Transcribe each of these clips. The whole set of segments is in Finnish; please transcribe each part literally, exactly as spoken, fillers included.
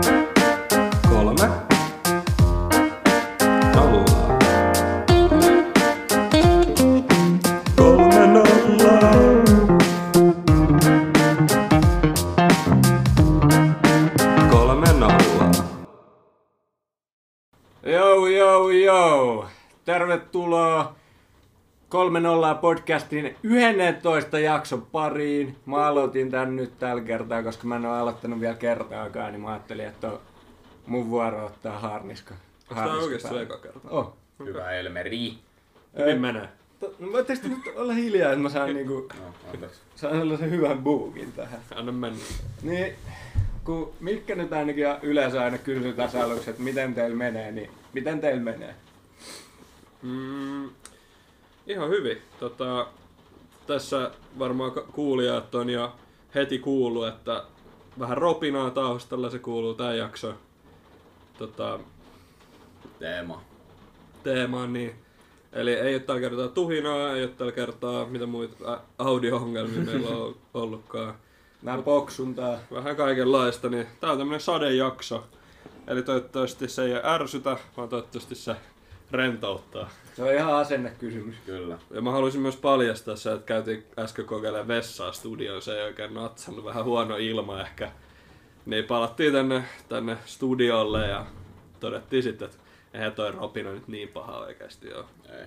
Kolme. Nolla. Kolme nollaa. Kolme nollaa. Jou, jou, jou. Tervetuloa Kolme nollaa podcastin yhdentoista jakson pariin. Mä aloitin tän nyt tällä kertaa, koska mä en ole aloittanut vielä kertaakaan, niin mä ajattelin, että on mun vuoro ottaa harniska. Onko tää oikeesti sun eka kerta? Oh. Hyvä Elmeri. Hyvin menee. No voitteko te nyt olla hiljaa, että mä saan niinku... No, anteeksi. Saan sellaisen hyvän buukin tähän. Anna mennä. Niin, kun Mikke nyt ainakin yleensä aina kysyy tässä aluksi, että miten teillä menee, niin miten teillä menee? Mm, ihan hyvin. Tota, tässä varmaan kuulijat on jo heti kuullut, että vähän ropinaa taustalla, se kuuluu tää jakso tota, Teema. teemaan. Niin. Eli ei ole tällä kertaa tuhinaa, ei ole tällä kertaa mitä muita audio-ongelmia meillä on ollutkaan. Nää poksuntaa. Vähän kaikenlaista, niin tää on tämmönen sadejakso. Eli toivottavasti se ei ärsytä, vaan toivottavasti se rentouttaa. Se on ihan asennekysymys. Kyllä. Ja mä haluaisin myös paljastaa se, että käytiin äsken kokeilemaan vessaa studioon, se ei oikein natsannut, vähän huono ilma ehkä. Niin palattiin tänne, tänne studiolle ja todettiin sitten, että eihän toi ropina nyt niin paha oikeesti joo. Ei.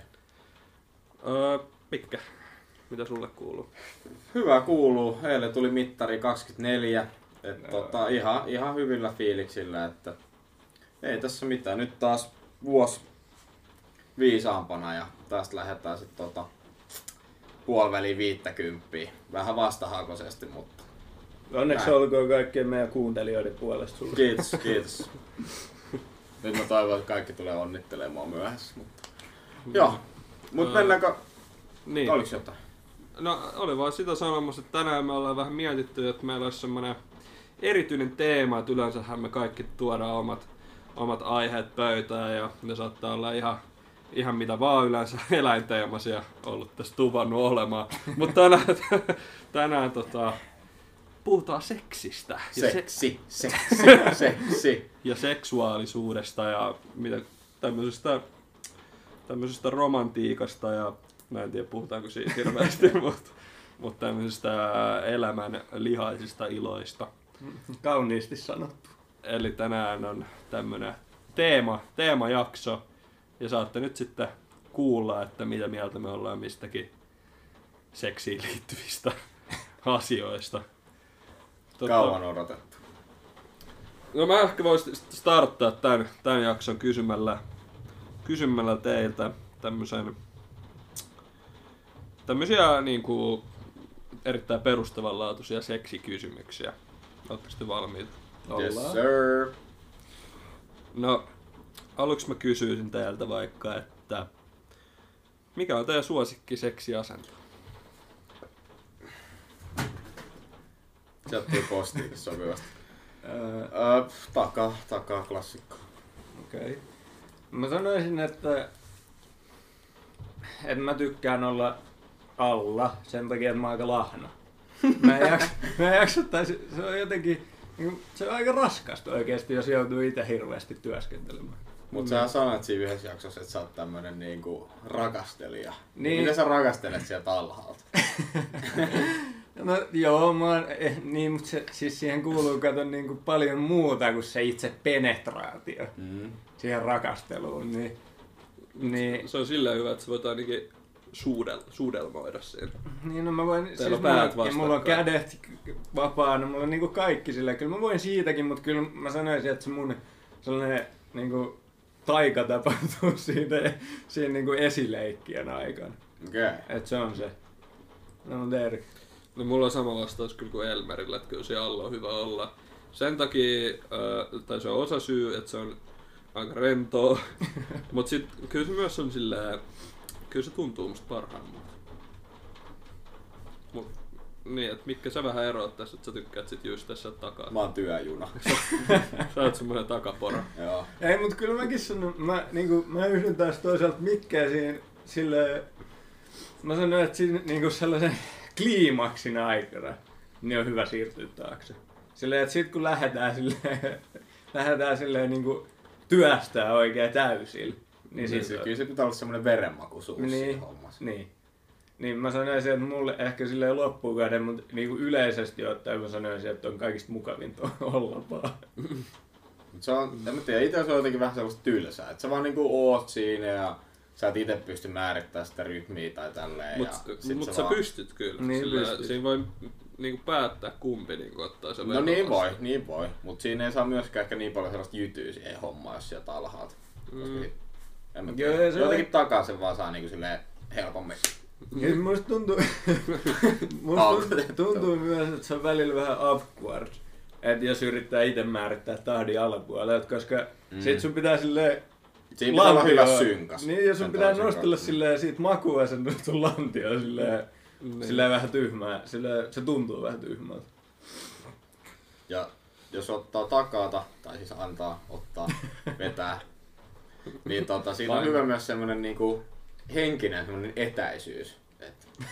Öö, Mikä? Mitä sulle kuuluu? Hyvä kuuluu. Eilen tuli mittari kaksikymmentäneljä. Et tota, ihan, ihan hyvillä fiiliksillä, että ei tässä mitään. Nyt taas vuosi viisaampana ja tästä lähdetään sitten tota, puoliväliin viittäkymppiä. Vähän vastahakoisesti, mutta Onneksi näin. olkoon kaikkien meidän kuuntelijoiden puolesta sulle. Kiitos, kiitos. Nyt mä toivon, että kaikki tulee onnittelemaan myöhässä. Mutta... Joo, mutta mennäänkö... Niin. Oliko jotain? No oli vaan sitä sanomassa, että tänään me ollaan vähän mietitty, että meillä olisi semmoinen erityinen teema, että yleensähän me kaikki tuodaan omat, omat aiheet pöytään ja ne saattaa olla ihan, ihan mitä vaan yleensä eläinteemaisia ollut tässä tuvannut olemaan. Mutta tänään, tänään tota, puhutaan seksistä ja, Seksi, seksi, seksi. ja seksuaalisuudesta ja mitä, tämmöisestä, tämmöisestä romantiikasta ja mä en tiedä puhutaanko siitä hirveästi, mutta, mutta tämmöisistä elämän lihaisista iloista. Kauniisti sanottu. Eli tänään on tämmönen teema, teemajakso ja saatte nyt sitten kuulla, että mitä mieltä me ollaan mistäkin seksiin liittyvistä asioista. Tota, Kauan odotettu. No mä ehkä voisin starttaa tämän, tämän jakson kysymällä, kysymällä teiltä tämmöisen tämmöisiä niinku erittäin perustavanlaatuisia seksikysymyksiä. Oletteko te valmiita? Yes Ollaan. sir. No, aluksi mä kysyisin teiltä vaikka, että mikä on teidän suosikki seksiasento? Sieltä tuli postiin sopivasti. Öö, Öö, takaa, takaa klassikko. Okei. Okay. Mä sanoisin, että, että mä tykkään olla alla sen takia, että mä oon aika lahna. Mä en jaksa, mä en jaksa tai se, se on jotenkin, se on aika raskasta oikeesti, jos joutuu itse hirveästi työskentelemään. Mut sähän sanoit siinä yhdessä jaksossa, että sä oot tämmönen niinku rakastelija. Niin. Miten sä rakastelet sieltä alhaalta? No joo, mä oon, eh, niin, mutta se, siis siihen kuuluu kato niinku paljon muuta kuin se itse penetraatio Mm. siihen rakasteluun. Niin, niin, Se on silleen hyvä, että sä voit ainakin suudel, suudelmoida siinä. niin no mä voin, Teillä siis on päät mulla, ja mulla on vastakkain. kädet vapaana, mulla on niinku kaikki silleen. Kyllä mä voin siitäkin, mutta kyllä mä sanoisin, että se mun sellainen niinku taika tapahtuu siinä, siinä niinku esileikkien aikana. Okei. Okay. Et se on se. No mut Erik. No mulla on sama vastaus kyllä kuin Elmerillä, että kyllä se alla on hyvä olla. Sen takia, äh, tai se on osa syy, että se on aika rentoa, mutta sit kyllä se myös on silleen, kyllä se tuntuu musta parhaimmalta. Mut, niin, että Mikke sä vähän eroat tässä, että sä tykkäät sit just tässä takaa. Mä oon työjuna. Sä oot semmonen takapora. Joo. Ei, mut kyllä mäkin sanon, mä, niinku, mä yhdyn taas toisaalta Mikkeä siinä silleen, mä sanoin, että siinä niinku sellaisen kliimaksin aikana, niin on hyvä siirtyä taakse. Silleen, että sit kun lähdetään silleen lähdetään silleen niinku työstää oikein täysillä. Niin siis se, kyllä se pitää olla semmoinen verenmaku suussa niin, hommassa. Niin. Niin mä sanoisin, että mulle ehkä silleen loppukauden, mutta niinku yleisesti ottaen mä sanoisin, että on kaikista mukavinta olla vaan. Mut se on, en mä tiedä, ite se on jotenkin vähän sellaista tylsää, että sä vaan niinku oot siinä ja sä et ite pysty määrittämään sitä rytmiä tai tälleen. Mut, ja sit mut sä, sä vaan... pystyt kyllä. Niin Sillä, pystyt. siinä voi niinku päättää kumpi niinku ottaa se No niin voi, niin voi. Mut siinä ei saa myöskään ehkä niin paljon sellaista jytyä siihen hommaan, jos sieltä alhaalta. Mm. En mä Joo, tiedä. se Jotenkin on... takaa sen vaan saa niinku silleen helpommin. Ja musta tuntuu, musta tuntuu, tuntuu myös, että se on välillä vähän awkward. Että jos yrittää itse määrittää tahdin alapuolelta, koska mm. sit sun pitää silleen siinä pitää olla hyvä synkas. Niin, ja sun pitää nostella silleen siitä makuasennosta sun lantioon silleen, niin. silleen vähän tyhmää. Silleen, se tuntuu vähän tyhmältä. Ja jos ottaa takata, tai siis antaa, ottaa, vetää, niin tota, siinä on hyvä myös semmonen niinku henkinen semmonen etäisyys. Et.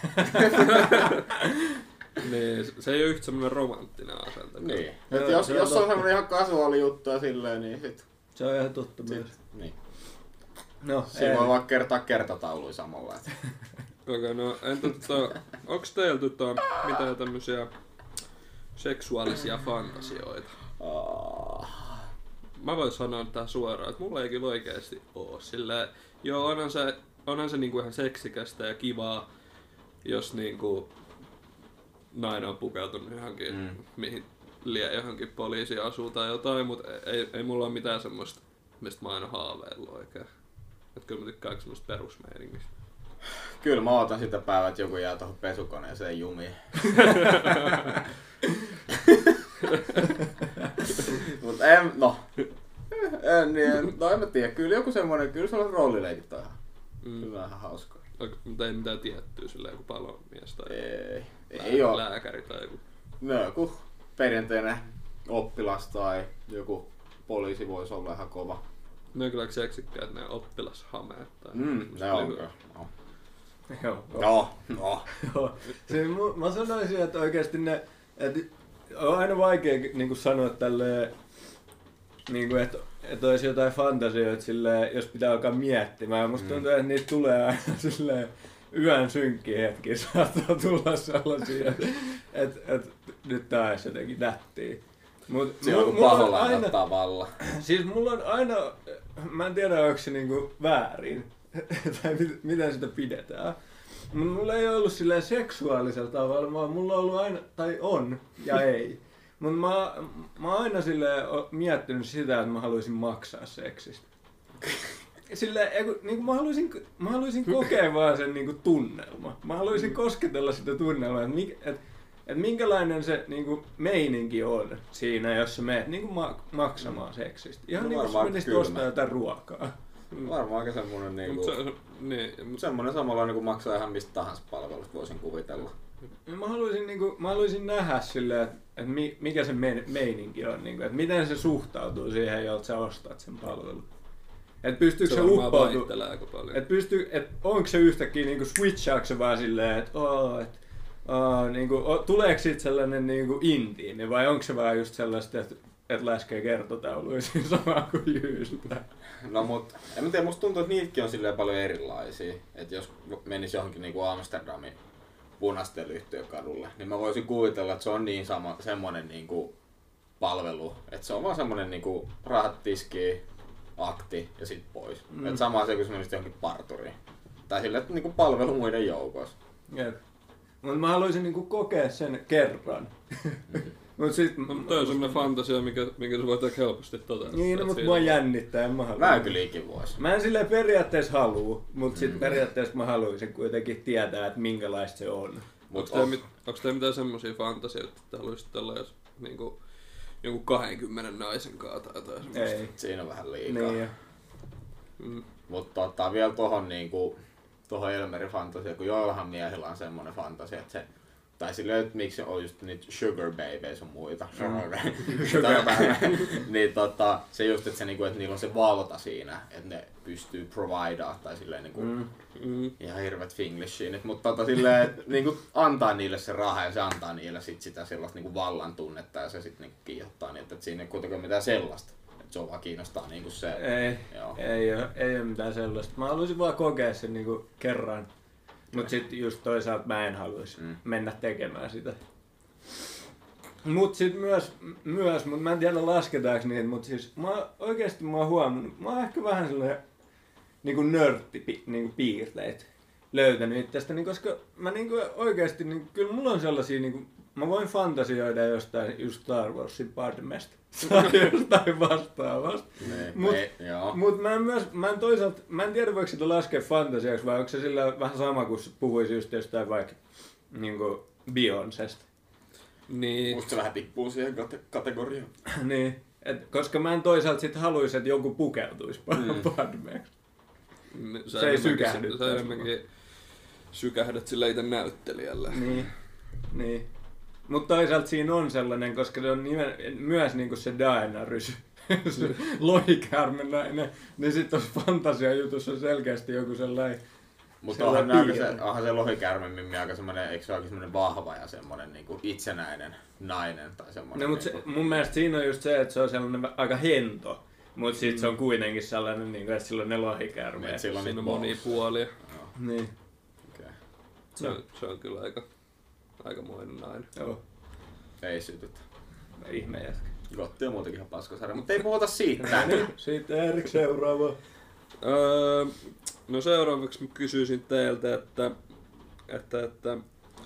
Niin, se ei ole yhtä semmonen romanttinen asento. Niin. Et jos, se on jos on totta. semmonen ihan kasuaali juttu ja silleen, niin sit... Se on ihan totta sit myös. niin. No, Siinä voi vaan kertaa kertatauluja samalla. Et. Okei, okay, no entä tota, onks teillä tota, mitään tämmösiä seksuaalisia fantasioita? Mä voin sanoa tää suoraan, että mulla ei kyllä oikeesti oo. Sillä joo, onhan se, onhan se niinku ihan seksikästä ja kivaa, jos niinku nainen on pukeutunut johonkin, mm. mihin lie johonkin poliisi asuu tai jotain, mutta ei, ei mulla ole mitään semmoista, mistä mä aina haaveillut oikein. Että kyllä mä tykkään semmoista perusmeiningistä. Kyllä mä ootan sitä päivää, että joku jää tohon pesukoneeseen jumiin. Mut en, no. En, niin, no en mä tiedä, kyllä joku semmonen, kyllä sellaiset roolileikit on ihan, mm. kyllä ihan hauskaa. Mutta ei mitään tiettyä sillä joku palomies tai ei, lää- ei oo. lääkäri tai joku. No joku perinteinen oppilas tai joku poliisi voisi olla ihan kova. Ne on kyllä seksikkäät ne oppilashameet. Tai Mm, ne on lyhyet. no. Joo. No, no. Joo. Siis mu- mä sanoisin, että oikeesti ne, että on aina vaikea niinku sanoa tälleen, niinku, että et olisi jotain fantasioita silleen, jos pitää alkaa miettimään. Musta tuntuu, että niitä tulee aina silleen yön synkkiä hetkiä saattaa tulla sellaisia, että et, et, nyt tää olisi jotenkin nättiä. Mut Se on kun paholainen ottaa valla. Siis mulla on aina, mä en tiedä onko se niinku väärin, tai mit, miten sitä pidetään. Mut mulla ei ollut silleen seksuaalisella tavalla, vaan mulla on ollut aina, tai on ja ei. Mut mä, mä oon aina silleen miettinyt sitä, että mä haluaisin maksaa seksistä. Silleen, niin kuin mä, haluaisin, mä haluaisin kokea vaan sen niin kuin tunnelma. Mä haluaisin kosketella sitä tunnelmaa, että, mik, että, että minkälainen se niin kuin meininki on siinä, jos sä menet niin kuin ma- maksamaan seksistä. Ihan No niin kuin sä menisit ostaa jotain ruokaa. Varmaan aika semmonen niinku... Mut se, niin, mut Semmonen samanlainen kuin maksaa ihan mistä tahansa palvelusta, voisin kuvitella. Mä haluaisin, niin kuin, mä haluaisin nähdä silleen, että, että mikä se me- meininki on, niin kuin, että miten se suhtautuu siihen, jolta sä ostat sen palvelun. Että pystyykö se, se uppoutumaan, aika paljon. että pystyy, että onko se yhtäkkiä niinku switchaako se vaan silleen, että oh, et, oh, niinku, o, tuleeko siitä sellainen niinku intiimi vai onko se vaan just sellaista, että et läskee kertotauluja siinä samaa kuin jyystää? No mut, en mä tiedä, musta tuntuu, että niitäkin on silleen paljon erilaisia. Että jos menisi johonkin niinku Amsterdamin punaisten lyhtyökadulle, niin mä voisin kuvitella, että se on niin sama, semmonen niinku palvelu. Että se on vaan semmonen niinku rahat tiskiin, akti ja sit pois. Mm. Et sama asia kuin se menisit johonkin parturiin. Tai silleen, että niinku palvelu muiden joukossa. Jep. Mut mä haluaisin niinku kokea sen kerran. Mm. Mut sit... No, toi on semmonen fantasia, mikä, mikä se voit aika helposti toteuttaa. Niin, no, mut mua jännittää, en mä halua. Mä en kyllä ikin vois. Mä en silleen periaatteessa haluu, mut sit mm. periaatteessa mä haluaisin kuitenkin tietää, että minkälaista se on. Onko teillä, mit, teillä mitään semmosia fantasioita, että haluaisit olla jos niinku jonkun kahdenkymmenen naisen kanssa tai jotain semmoista? Ei. Siinä on vähän liikaa. Niin. Mm. Mutta tota, vielä tohon niinku, tohon Elmerin fantasia, kun joillahan miehillä on semmonen fantasia, että se, tai silleen, että miksi on just niitä sugar babies on muita, mm. sugar baby. Niin tota, se just, että, se, niinku, että niillä on se valta siinä, että ne pystyy providea tai silleen niinku, Mm. Mm. ihan hirvet finglishiin, mutta tota, silleen, että niinku, antaa niille se raha ja se antaa niille sit sitä sellaista niinku vallan tunnetta ja se sit niinku kiihottaa niitä, että siinä ei kuitenkaan mitään sellaista. Jova kiinnostaa niinku se. Ei, Joo. ei, oo, ei oo mitään sellaista. Mä haluaisin vaan kokea sen niinku kerran. Mut sit just toisaalta mä en haluais mm. mennä tekemään sitä. Mut sit myös, myös mut mä en tiedä lasketaanko niitä, mut siis mä oikeesti mä oon huomannut, mä oon ehkä vähän sellainen niinku nörtti niinku piirteitä löytänyt itsestäni, niin koska mä niinku oikeesti, niin kyllä mulla on sellaisia niinku, mä voin fantasioida jostain just Star Warsin Padmesta tai jostain vastaavasta. Mut, mut mä en myös, mä en toisaalta, mä en tiedä voiko sitä laskea fantasiaksi vai onko se sillä vähän sama kuin puhuisi just jostain vaikka niinku Beyoncesta. Niin. Musta se vähän tippuu siihen kate- kategoriaan. Niin, et, koska mä en toisaalta sit haluis, että joku pukeutuisi mm. Padmeeksi. Se, se ei sykähdy. Se enemmänkin sykähdät sillä itse näyttelijällä. Niin, niin. Mutta toisaalta siinä on sellainen, koska se on nimen, myös niinku se Daenerys, se lohikäärmenainen, niin sit tuossa fantasiajutussa on selkeästi joku sellainen. Mutta onhan, aika se, onhan se lohikäärmemimmi aika semmoinen, eikö se ole semmoinen vahva ja semmoinen niinku itsenäinen nainen tai semmoinen. No, mutta niinku... mun mielestä siinä on just se, että se on sellainen aika hento, mutta sit mm. se on kuitenkin sellainen, niinku, että sillä on ne lohikäärmeet. Siinä on, on monia puolia. Joo. Niin. Okay. Se, no. se on kyllä aika, aikamoinen nainen. Joo. Ei sytytä. Ihme jätkä. Gotti on muutenkin ihan paskasarja, mutta ei puhuta siitä. Sitten Erik seuraava. Öö, no seuraavaksi mä kysyisin teiltä, että, että, että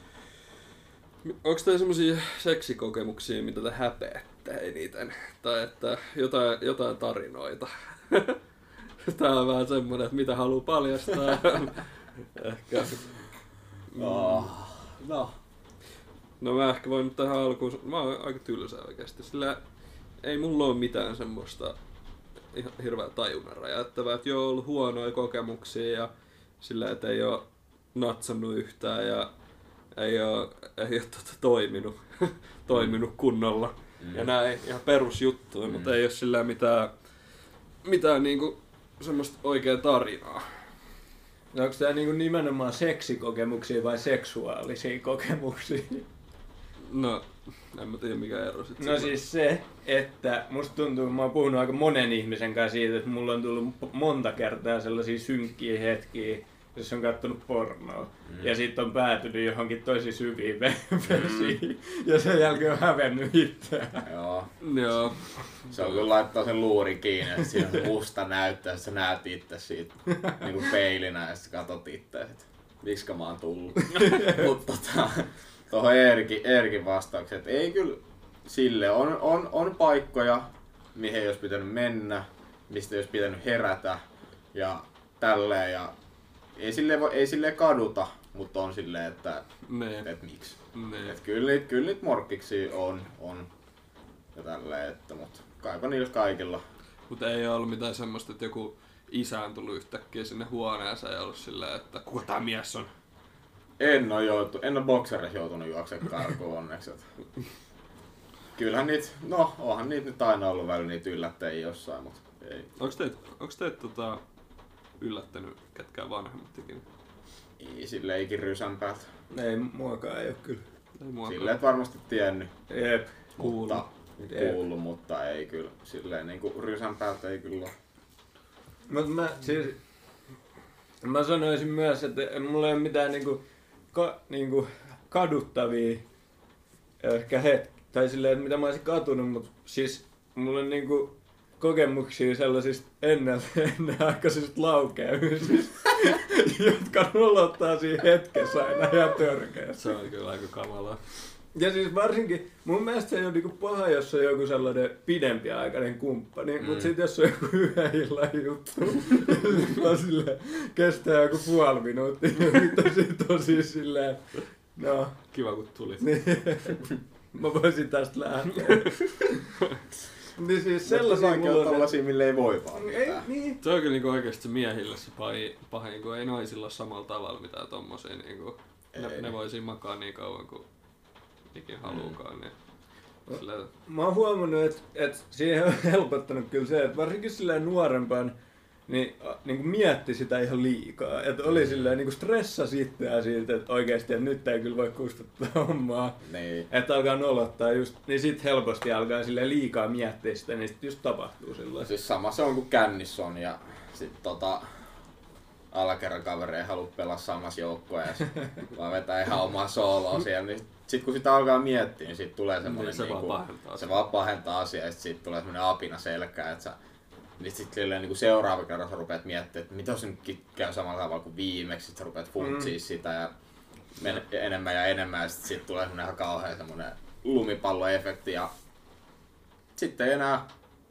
onko teillä semmosia seksikokemuksia, mitä te häpeätte eniten? Tai että jotain, jotain tarinoita? Tää on vähän semmonen, että mitä haluaa paljastaa. Ehkä. Oh. No. No mä ehkä voin nyt tähän alkuun, mä oon aika tylsä oikeesti, sillä ei mulla ole mitään semmoista ihan hirveä tajunnan räjäyttävää, että joo, on ollut huonoja kokemuksia ja sillä, että ei oo natsannut yhtään ja ei oo, ei oo tota, toiminut, toiminut kunnolla mm. ja näin, ihan perusjuttuja, mm. mutta ei oo sillä mitään, mitään niinku semmoista oikeaa tarinaa. No onko tää niinku nimenomaan seksikokemuksia vai seksuaalisia kokemuksia? No, en mä tiedä mikä ero sit. No siis se, että musta tuntuu, mä oon puhunut aika monen ihmisen kanssa siitä, että mulla on tullut monta kertaa sellaisia synkkiä hetkiä, jos on kattonut pornoa. Mm. Ja sit on päätynyt johonkin tosi syviin versiin. Mm. Ja sen jälkeen on hävennyt itseään. Joo. Joo. Se on kyllä laittaa sen luurin kiinni, että siinä on musta näyttää, että sä näet itse siitä niinku peilinä ja sitten katot itse, että miksikä mä oon tullut. Mutta tota, tuohon Eerikin, Eerikin vastaukset, että ei kyllä sille, on, on, on paikkoja, mihin ei olisi pitänyt mennä, mistä ei olisi pitänyt herätä ja tälleen. Ja ei silleen, ei silleen kaduta, mutta on silleen, että et miksi. Et kyllä niitä kyllä niit morkkiksi on, on ja tälleen, että, mutta kaipa niillä kaikilla. Mutta ei ole ollut mitään semmoista, että joku isä on tullut yhtäkkiä sinne huoneeseen ja ollut silleen, että kuka tää mies on? En oo, joutu, en oo bokserissa joutunut juoksemaan karkuun onneksi. Kyllähän niitä, no onhan niitä nyt aina ollut välillä niitä yllättäjiä jossain, mutta ei. Onks teitä teit, tota, yllättänyt ketkään vanhemmat ikinä? Ei, silleen eikin rysän päältä. Ei, muakaan ei oo kyllä. Silleen et varmasti tiennyt. Jep. Kuullut. Kuullut, mutta ei kyllä. Silleen niinku rysän päältä ei kyllä oo. Mut mä siis... Mä sanoisin myös, että mulla ei ole mitään niinku, ka, niinku kaduttavia ehkä hetki, tai silleen, että mitä mä olisin katunut, mutta siis mulla on niinku kokemuksia sellaisista ennen, ennenaikaisista laukeamisista, jotka nolottaa siinä hetkessä aina ihan törkeästi. Se on kyllä aika kamalaa. Ja siis varsinkin, mun mielestä se ei ole niinku paha, jos on joku sellainen pidempiaikainen kumppani, mm. mutta sitten jos on joku yhden illan juttu, ja silleen, kestää joku puoli minuuttia, ja sit on siis silleen, no. Kiva kun tulit. Niin, mä voisin tästä lähteä. Niin siis sellaisia mulla on tällaisia, mille ei voi vaan ei, niin. Se on kyllä niinku oikeesti se miehille se pahin, pahin kun ei naisilla ole samalla tavalla mitään tommosia niinku. Ne, ne voi siinä makaa niin kauan kuin ikin haluukaan. Niin sillä... Mä oon huomannut, että et siihen on helpottanut kyllä se, että varsinkin silleen nuorempaan niin, niin kuin mietti sitä ihan liikaa. Että oli mm. silleen niin kuin stressasi itseään siitä, että oikeasti että nyt ei kyllä voi kustuttaa hommaa. Niin. Että alkaa nolottaa just, niin sit helposti alkaa silleen liikaa miettiä sitä, niin sit just tapahtuu silloin. Siis sama se on kuin kännissä on ja sit tota alakerran kaveri ei halua pelaa samassa joukkoja ja vaan vetää ihan omaa sooloa siellä. Niin sit kun sitä alkaa miettiä, niin sit tulee semmonen niin, se, niinku, vaan pahentaa se vaan pahentaa asiaa ja sit siitä tulee semmonen apina selkään, että sä niin sit niin seuraava kerran sä rupeat miettimään, että mitä jos se nyt käy samalla tavalla kuin viimeksi, sit sä rupeat funtsiin mm. sitä ja men- enemmän ja enemmän ja sit, sit tulee semmonen ihan kauhea semmonen lumipalloefekti ja sitten ei enää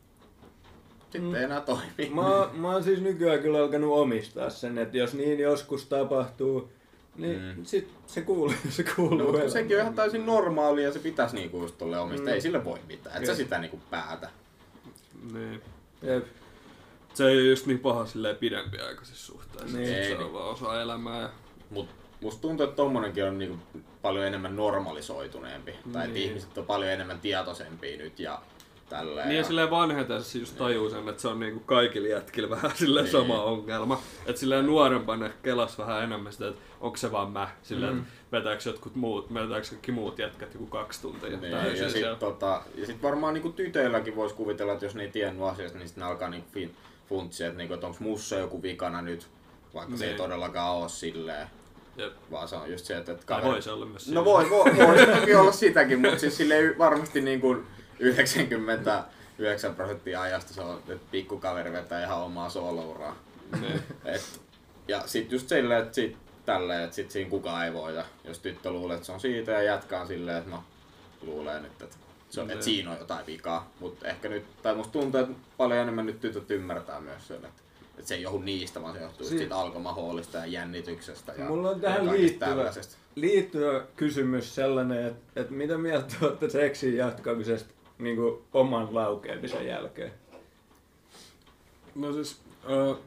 sitten mm. ei enää toimi. Mä, mä oon siis nykyään kyllä alkanut omistaa sen, että jos niin joskus tapahtuu, niin mm. sit se kuuluu, se kuuluu. No, sekin on ihan täysin normaalia ja se pitäisi niinku just tolle omistaa, mm. ei sille voi mitään, et sä Jep. sitä niinku päätä. Niin. Jep. Se ei ole just niin paha silleen pidempiaikaisissa suhteissa, Niin. se on vaan osa elämää. Ja... Mut musta tuntuu, että tommonenkin on niinku paljon enemmän normalisoituneempi. Niin. Tai että ihmiset on paljon enemmän tietoisempia nyt ja tälleen. Niin ja ja silleen vanhetessa just tajuu sen, että se on niinku kaikilla jätkillä vähän silleen Niin. sama ongelma. Että silleen nuorempana kelas vähän enemmän sitä, että onko se vaan mä. Silleen, Mm. että vetääkö jotkut muut, vetääkö kaikki muut jätkät joku kaksi tuntia. Niin, täysin ja, sit, siellä. tota, ja sit varmaan niinku tytöilläkin vois kuvitella, että jos ne ei tiennyt asiasta, niin sit ne alkaa niinku fin- funtsia, että, niinku, että onko mussa joku vikana nyt, vaikka niin. se ei Niin. todellakaan oo silleen. Jep. Vaan se on just se, että... että Tai kaveri... voisi olla myös No voi, voi, voi se toki olla sitäkin, mutta siis silleen varmasti niinku yhdeksänkymmentäyhdeksän prosenttia ajasta se on, että pikkukaveri vetää ihan omaa soolouraa. Niin. Et, ja sit just silleen, että sit tälleen, että sit siinä kukaan ei voi. Ja jos tyttö luulee, että se on siitä ja jatkaa silleen, että no luulee nyt, että, se on, että siinä on jotain vikaa. Mutta ehkä nyt, tai musta tuntuu, että paljon enemmän nyt tytöt ymmärtää myös sen, että, että se ei johdu niistä, vaan se johtuu Si- siitä alkomahoolista ja jännityksestä ja Mulla on tähän ja kaikesta liittyvä, tällaisesta. liittyvä kysymys sellainen, että, että mitä mieltä olette seksin jatkamisesta niin kuin oman laukeamisen jälkeen? No siis, äh,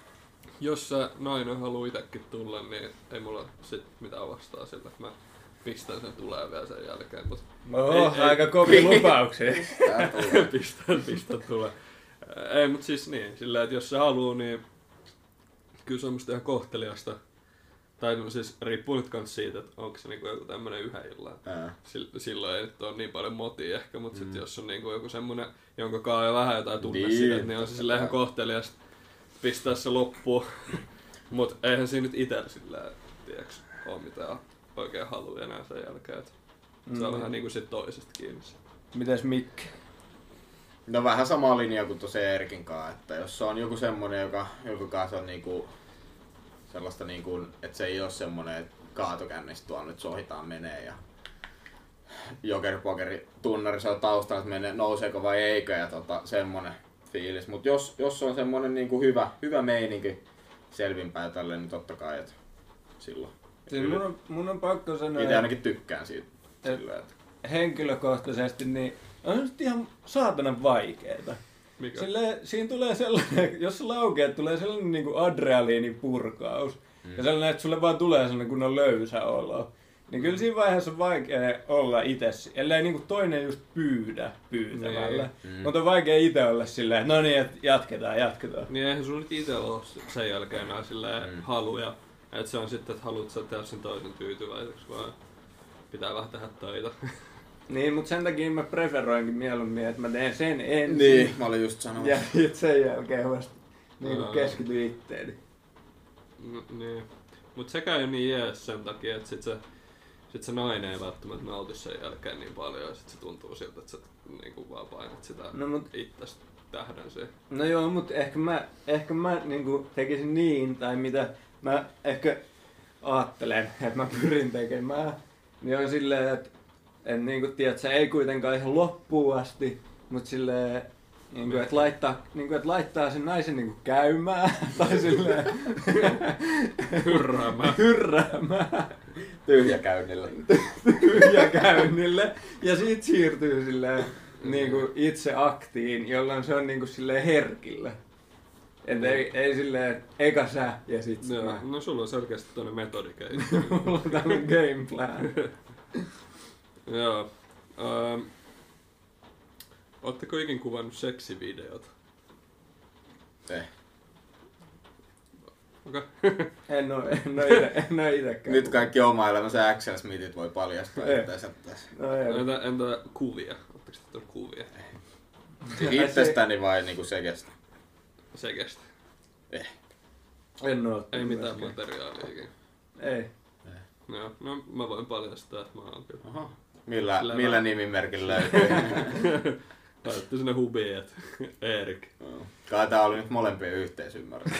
jos se nainen haluaa itsekin tulla, niin ei mulla sit mitään vastaa sillä, että mä pistän sen tulee vielä sen jälkeen. Mut Oho, ei, aika ei, kovia lupauksia. Tää tulee. pistän, pistän tulee. Ei, mut siis niin, sillä että jos se haluu, niin kyllä se on musta ihan kohteliasta. Tai no siis riippuu nyt kans siitä, että onko se niinku joku tämmönen yhden illan. Ää. Sil- Silloin ei nyt ole niin paljon motia ehkä, mutta Mm. sit jos on niinku joku semmonen, jonka kaa on vähän jotain tunne Niin, siitä, niin on se totta silleen ihan kai. kohteliasta pistää se loppuun. Mut eihän siinä nyt itellä silleen, tiiäks, oo mitään oikein halua enää sen jälkeen. Et se on Mm. vähän niinku sit toisesta kiinni. Mitäs Mikki? No vähän sama linja kuin tuossa Erkin kanssa, että jos se on joku semmonen, joka, joka kanssa on niinku sellaista niinku, että se ei oo semmonen, että kaatokännistä tuolla nyt sohitaan menee ja jokeripokeri tunnari se on taustalla, että menee, nouseeko vai eikö ja tota, semmonen fiilis. Mut jos, jos on semmonen niinku hyvä, hyvä meininki selvinpäin tälle, niin totta kai, että silloin. Siis mun, on, mun on pakko sanoa, Itse ainakin tykkään siitä. Et- Silleen, että henkilökohtaisesti, niin on se nyt ihan saatanan vaikeeta. Mikä? Silleen, siinä tulee sellainen, jos sä laukeat, tulee sellainen niin kuin adrenaliinipurkaus. Mm. Ja sellainen, että sulle vaan tulee sellainen kunnon löysä olo. Niin kyllä siinä vaiheessa on vaikea olla itse, ellei niin kuin toinen just pyydä pyytämällä. Mm. Mutta on vaikea itse olla silleen, että no niin, että jatketaan, jatketaan. Niin eihän sun nyt ite ole sen jälkeen enää silleen Mm. haluja. Et se on sitten, että haluat sä tehdä sen toisen tyytyväiseksi, vaan pitää vähän tehdä töitä. Niin, mutta sen takia mä preferoinkin mieluummin, että mä teen sen ensin. niin, mä olin just sanomassa. Ja sit sen jälkeen vasta niin Aa. keskity itteeni. No, niin. Mut sekään ei ole niin jees sen takia, että sit se, sit se nainen ei välttämättä nauti sen jälkeen niin paljon ja sit se tuntuu siltä, että sä niinku vaan painat sitä No, mut- itsestä tähden siihen. No joo, mutta ehkä mä, ehkä mä niinku tekisin niin, tai mitä mä ehkä ajattelen, että mä pyrin tekemään, niin on silleen, että et niinku, tiedät, sä ei kuitenkaan ihan loppuun asti, mutta silleen, niinku, että laittaa, niinku, et laittaa sen naisen niinku käymään, tai silleen Hyrräämään. hyrräämään Tyhjäkäynnillä. tyhjäkäynnille, ja sit siirtyy silleen niinku itse aktiin, jolloin se on niinku silleen herkillä. Et ei, ei silleen, eka sä ja sit Joo, mä. no sulla on selkeästi toinen metodi Mulla on tämmönen game plan. Joo. Ähm, ootteko ikin kuvannut seksivideota? Eh. Okei. En oo, en oo ite, en oo itekään. Nyt kaikki oma elämänsä Axel Smithit voi paljastaa Ei. itseänsä tässä. No ei. Entä, entä kuvia? Oletteko te tullut kuvia? Siis itsestäni vai niinku sekestä? Sekestä. Eh. En oo. Ei mitään materiaalia ikinä. Ei. No, no mä voin paljastaa, että mä oon kyllä. Aha. Millä, Sillä millä mä- nimimerkillä löytyy? Laitettu sinne hubiin, että Erik. Joo. Kai tää oli nyt molempien yhteisymmärrys.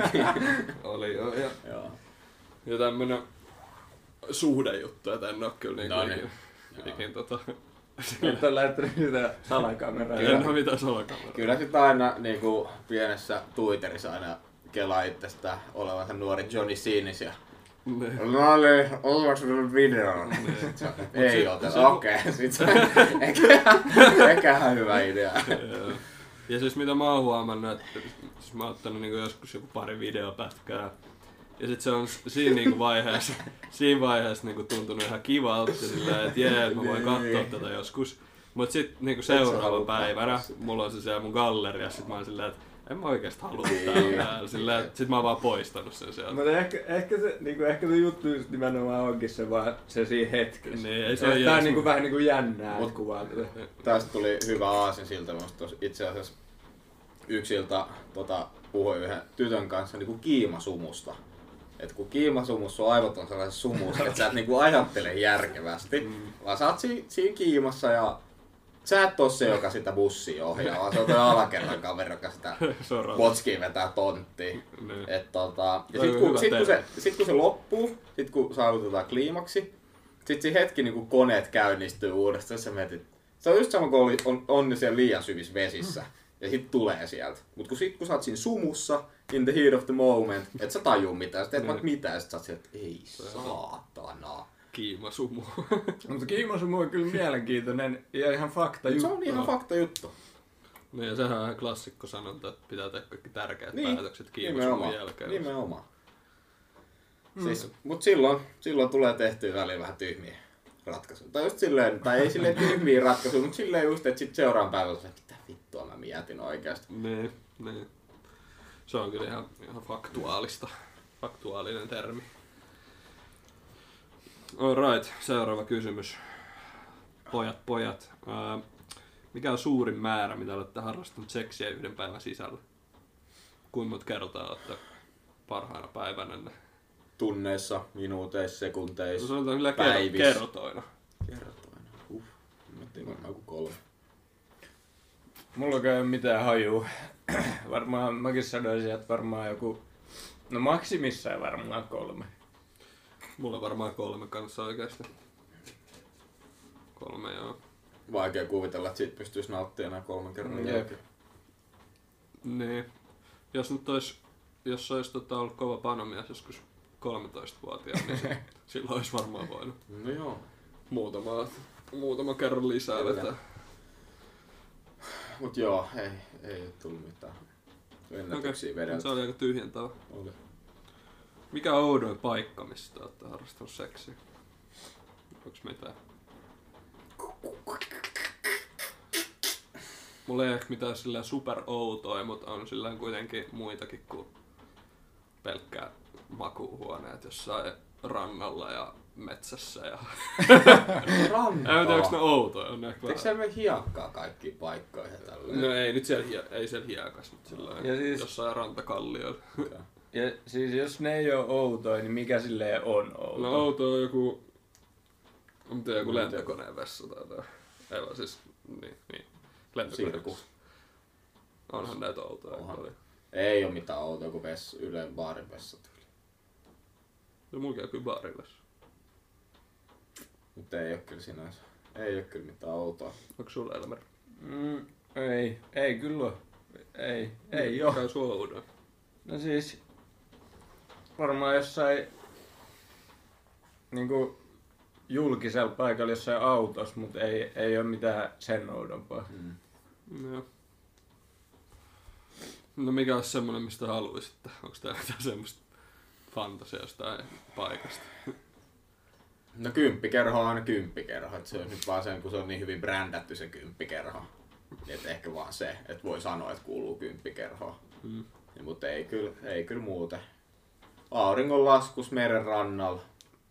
Oli joo. Ja, Joo. ja tämmönen suhdejuttu, että en oo kyllä niinku No niin. ikin, ikin tota... Et oo lähtenyt mitään salakameraa. En oo mitään salakameraa. Kyllä sit aina niinku pienessä Twitterissä aina kelaa itsestä olevansa nuori Johnny Sinis ja Ne. no niin, ollaanko sulla video? Ei sit- oteta, sit- okei. Sit se ehkä, ehkä hyvä idea. Joo. Ja siis mitä mä oon huomannut, että siis mä oon ottanut niinku joskus joku pari videopätkää. Ja sit se on s- siinä niinku vaiheessa, siinä vaiheessa niinku tuntunut ihan kivalta ja silleen, että jee, mä voin katsoa tätä joskus. Mut sit niinku seuraavana halua päivänä katsoa sitä. mulla on se siellä mun galleriassa, sit mä oon silleen, että en mä oikeesti halua Niin. täällä. Silleen, että sit mä oon vaan poistanut sen sieltä. Mutta ehkä, ehkä, se, niinku, ehkä se juttu just nimenomaan onkin se vaan se siinä hetkessä. Niin, ei se Ja ole tää on jees, niinku mut- vähän niinku jännää, Mut- että kuvaa tätä. Tästä tuli hyvä aasinsilta. Musta tos itse asiassa yksi ilta tota, puhui yhden tytön kanssa niinku kiimasumusta. Et kun kiimasumussa on aivot on sellaisessa sumussa, että sä et niinku ajattele järkevästi, mm. vaan sä oot si- siinä kiimassa ja sä et oo se, joka sitä bussia ohjaa, vaan se on toi alakerran kaveri, joka sitä Soralla. botskiin vetää tonttiin. Niin. Et, tota, ja Toi sit on kun, hyvä sit, kun se, termi. sit kun se loppuu, sit kun saavutetaan kliimaksi, sit se hetki niin kun koneet käynnistyy uudestaan, sä mietit, se on just sama kuin oli, on, on ne siellä liian syvissä vesissä. Ja sit tulee sieltä. Mut kun sit kun sä oot siinä sumussa, in the heat of the moment, et sä tajuu mitään, sä teet vaikka mitään, ja sit sä oot sieltä, että ei saatana. Kiimasumu. Mutta kiimasumu on kyllä mielenkiintoinen ja ihan fakta Mut juttu. se on ihan fakta juttu. Niin ja sehän on ihan klassikko sanonta, että pitää tehdä kaikki tärkeät Niin, päätökset kiimasumun Nimenomaan. jälkeen. Nimenomaan. Siis, mut silloin, silloin tulee tehtyä väliin vähän tyhmiä ratkaisuja. Tai just silleen, tai ei silleen tyhmiä ratkaisuja, mutta silleen just, että sit seuraavan päivänä se, mitä vittua mä mietin oikeasti. Niin, niin. Se on kyllä ihan, ihan faktuaalista. Faktuaalinen termi. Alright, seuraava kysymys. Pojat, pojat. Ää, mikä on suurin määrä, mitä olette harrastanut seksiä yhden päivän sisällä? Kuinka monta kertaa olette parhaina päivänänne? Tunneissa, minuuteissa, No sekunteissa, sanotaan kyllä päivissä. kerro, kertoina. Kertoina. Uh, mä tein varmaan joku kolme. Mulla ei ole mitään hajua. Varmaan mäkin sanoisin, että varmaan joku... No maksimissaan varmaan kolme. Mulla on varmaan kolme kanssa oikeesti. Kolme joo. Vaikea kuvitella, että siitä pystyisi nauttimaan enää kolmen kerran Jep. jälkeen. Niin. Jos nyt ois, jos ois tota ollut kova panomies joskus kolmetoistavuotiaana, niin se, silloin olisi varmaan voinut No joo. muutama, muutama kerran lisää Kyllä. vetää. Mut joo, ei, ei oo tullut mitään. Ennätyksiä Okei, vedeltä. se oli aika tyhjentävä. Oli. Mikä on oudoin paikka, missä te olette harrastanut seksiä? Onks mitään? Mulla ei ehkä mitään sillä super outoa, mutta on sillä kuitenkin muitakin kuin pelkkää makuuhuoneet jossain rannalla ja metsässä. Ja... Rantaa. en tiedä, onks ne outoja. On ne ehkä Eikö vähän... siellä mene hiekkaa kaikkiin paikkoihin ja tälleen? No ei nyt siellä, hie... ei siellä hiekas, mutta sillä Ja siis- jossain rantakallioilla. Ja siis jos ne ei oo outoja, niin mikä silleen on outo? No outo on joku... On tiedä, joku No, lentokoneen vessa tai jotain. Ei vaan siis... Niin, niin. Lentokoneen Sirkus. vessa. Onhan näitä outoja Onhan. paljon. Ei oo mitään outoa kuin vess, yleen baarin vessat. No mulla käy kyllä baarin vessa. Mutta ei oo kyllä sinänsä. Ei oo kyllä mitään outoa. Onko sulla Elmer? Mm, ei, ei kyllä oo. Ei, ei oo. Käy sua oudoin. No siis... Varmaan jossain... Niinku... Julkisella paikalla jossain autossa, mutta ei, ei oo mitään sen oudompaa. Mm. Joo. No mikä olisi semmonen, mistä haluaisitte? Onko täällä mitään semmoista fantasiaa jostain paikasta? No kymppikerho on aina kymppikerho. Et se on nyt vaan sen, kun se on niin hyvin brändätty se kymppikerho. Et ehkä vaan se, että voi sanoa, että kuuluu kymppikerhoon. Mm. Ja, mutta ei kyllä, ei kyllä muuten. auringonlaskus meren rannalla.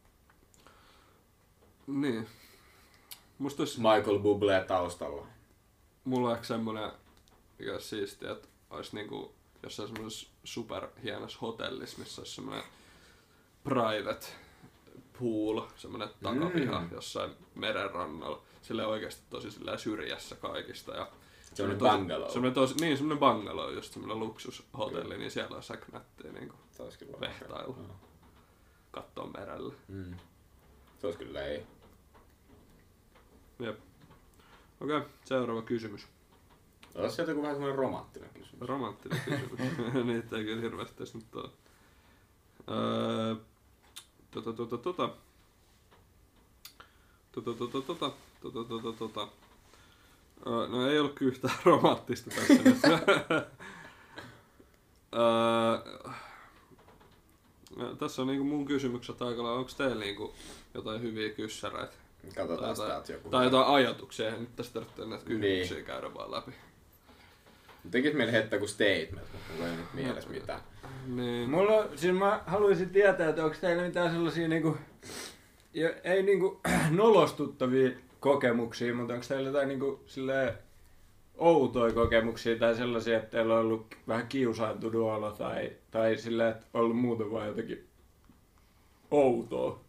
Niin. Musta olisi, Michael Bublé taustalla. mulla on semmonen, mikä olisi siistiä, että olisi niinku jossain semmoisessa superhienossa hotellissa, missä olisi semmonen private pool, semmonen takapiha Mm. jossain meren rannalla. Silleen oikeesti tosi silleen syrjässä kaikista. Ja Semmonen tosi- bungalow. Semmonen tosi, niin, semmonen bungalow, just semmonen luksushotelli, niin siellä olisi aika nättiä niinku Se olisi kyllä vehtailu. Joo. Kattoo merelle. Mm. Se olisi kyllä ei. Jep. Okei, okay, seuraava kysymys. Olisi sieltä joku vähän semmoinen romanttinen kysymys. Romanttinen kysymys. Niitä ei kyllä hirveästi edes nyt ole. Öö, tota, tota, tota. Tota, tota, tota. Tota, tota, tota. Öö, no ei ollut kyllä yhtään romanttista tässä nyt. öö, no, tässä on niinku mun kysymykset aika lailla. Onko teillä niinku jotain hyviä kyssäreitä? Katsotaan Tai, täältä joku. tai jotain ajatuksia. Eihän nyt tästä tarvitse näitä kysymyksiä Niin. käydä vaan läpi. Tekis meille heittää kuin statement, mutta mulla ei nyt mielessä mitään. Niin. Mulla on, siis mä haluaisin tietää, että onko teillä mitään sellaisia niinku, jo- ei niinku nolostuttavia kokemuksia, mutta onko teillä jotain niinku silleen outoja kokemuksia tai sellaisia, että teillä on ollut vähän kiusaantunut olo tai, tai silleen, että on ollut muuten vaan jotenkin outoa.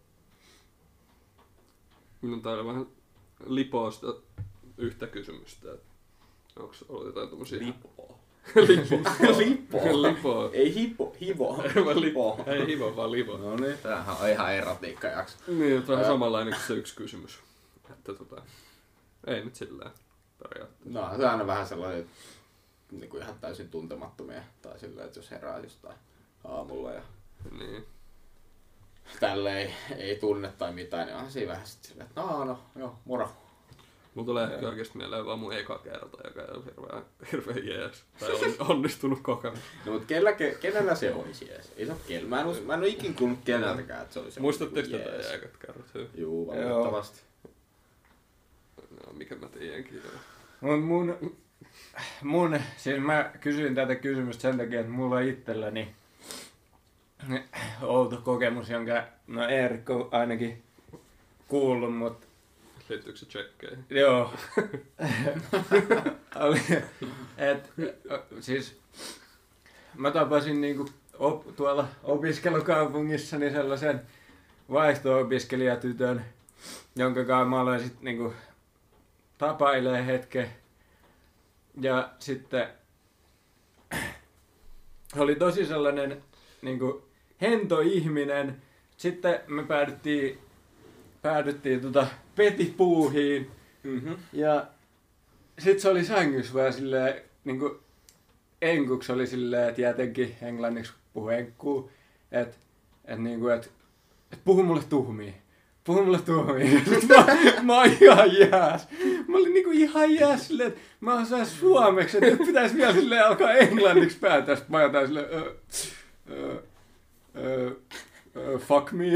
Minun täällä vähän lipoo sitä yhtä kysymystä. että Onks ollut jotain tommosia... Lipo. Lipo. Lipo. Lipo. Ei hipo, hivo. Ei vaan lipo. Ei hivo, vaan lipo. No niin, tämähän on ihan erotiikka jakso. Niin, että vähän Ää. samanlainen kuin se yksi kysymys. Että tota... Ei nyt sillä periaatteessa. No se on aina vähän sellainen, niin kuin ihan täysin tuntemattomia. Tai silleen, että jos herää jostain aamulla ja Niin. tälle ei, ei tunne tai mitään, niin onhan siinä vähän sit silleen, että no, no, joo, moro. Mulla tulee ehkä oikeesti mieleen vaan mun eka kerta, joka ei ole hirveän, hirveän jees. Tai on, onnistunut kokemus. No mut kellä, ke- kenellä se olisi jees? Ei se ole kenellä. Mä en, us- mä en ole ikin kuullut keneltäkään, että se olisi Muistatteko joku tätä jees. ekat kerrat? Hyvin. Juu, valitettavasti. No, mikä mä tiedänkin. Mut mun, mun, siis mä kysyin tätä kysymystä sen takia, että mulla on itselläni outo kokemus, jonka no Eerikko on ainakin kuullut, mutta Liittyykö se tsekkeihin? joo. Oli, et, siis mä tapasin niinku op, tuolla opiskelukaupungissani sellaisen vaihto-opiskelijatytön, jonka kanssa mä aloin sit niinku tapailee hetken. Ja sitten oli tosi sellainen niinku hento ihminen. Sitten me päädyttiin, päädyttiin tota petipuuhiin. Mm-hmm. Ja sit se oli sängyssä vaan silleen, niinku enkuksi oli silleen, että jotenkin englanniksi puhu enkkuu, että et niinku, et, et puhu mulle tuhmia. Puhu mulle tuhmia. mä, mä oon ihan jääs. Mä olin niinku ihan jääs silleen, että mä osaan suomeksi, että nyt pitäis vielä silleen alkaa englanniksi päätä. Sit mä jotain silleen, ö, ö, ö, ö, fuck me.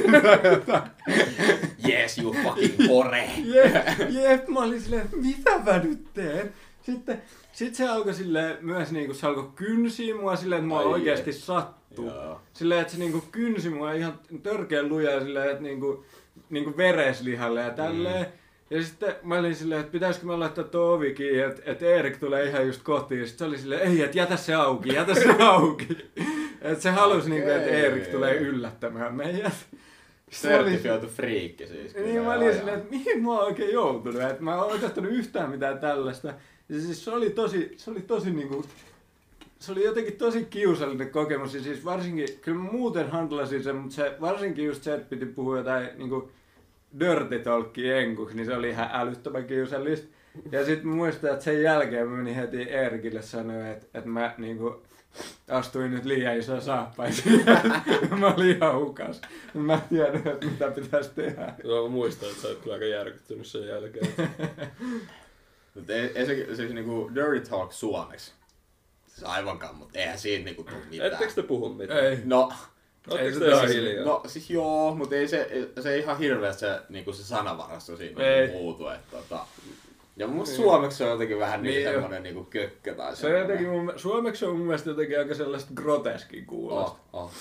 Yes, you fucking kore. Jep, jep, mä olin silleen, että mitä mä nyt teen? Sitten sit se alkoi silleen, myös niinku, se alkoi kynsiä mua silleen, että mua Ai oikeesti et. sattuu. Joo. Silleen, että se niinku kynsi mua ihan törkeän lujaa silleen, että niinku, niinku vereslihalle ja tälleen. Mm. Ja sitten mä olin silleen, että pitäisikö mä laittaa tuo ovi kiinni, että, että Eerik tulee ihan just kotiin. Sitten se oli silleen, ei, että jätä se auki, jätä se auki. Että se halusi Okei. niinku, että Eerik tulee yllättämään meidät. Sitten mä olin- Sertifioitu friikki siis. niin kyllä, mä olin joo, silleen, joo. että mihin mä oon oikein joutunut, että mä oon oikeastaan yhtään mitään tällaista. Ja siis se oli tosi, se oli tosi niinku, se oli jotenkin tosi kiusallinen kokemus. Ja siis varsinkin, kyllä mä muuten handlasin sen, mutta se, varsinkin just se, että piti puhua jotain niinku dirty talkia enkuksi, niin se oli ihan älyttömän kiusallista. Ja sit mä muistan, että sen jälkeen mä menin heti Eerikille sanoa, että, että mä niinku astuin nyt liian iso saappaisiin. Mä olin ihan hukas. Mä en tiedä, että mitä pitäisi tehdä. Joo, mä muistan, että sä oot kyllä aika järkyttynyt sen jälkeen. Mutta ei, ei se, se niinku dirty talk suomeksi. Se aivankaan, mutta eihän siitä niinku tuu mitään. Ettekö te puhu mitään? Ei. No, Ootteko se te ihan tosi- hiljaa? no siis joo, mutta ei se, se ei ihan hirveästi se, niinku se sanavarasto siinä Ei. niinku muutu. Että, tota, ja mun mielestä Niin. suomeksi se on jotenkin vähän niin, Niin jo. semmonen niinku kökkö tai Se on jotenkin mun, suomeksi on mun mielestä jotenkin aika sellaista groteskin kuulosta. Oh, oh.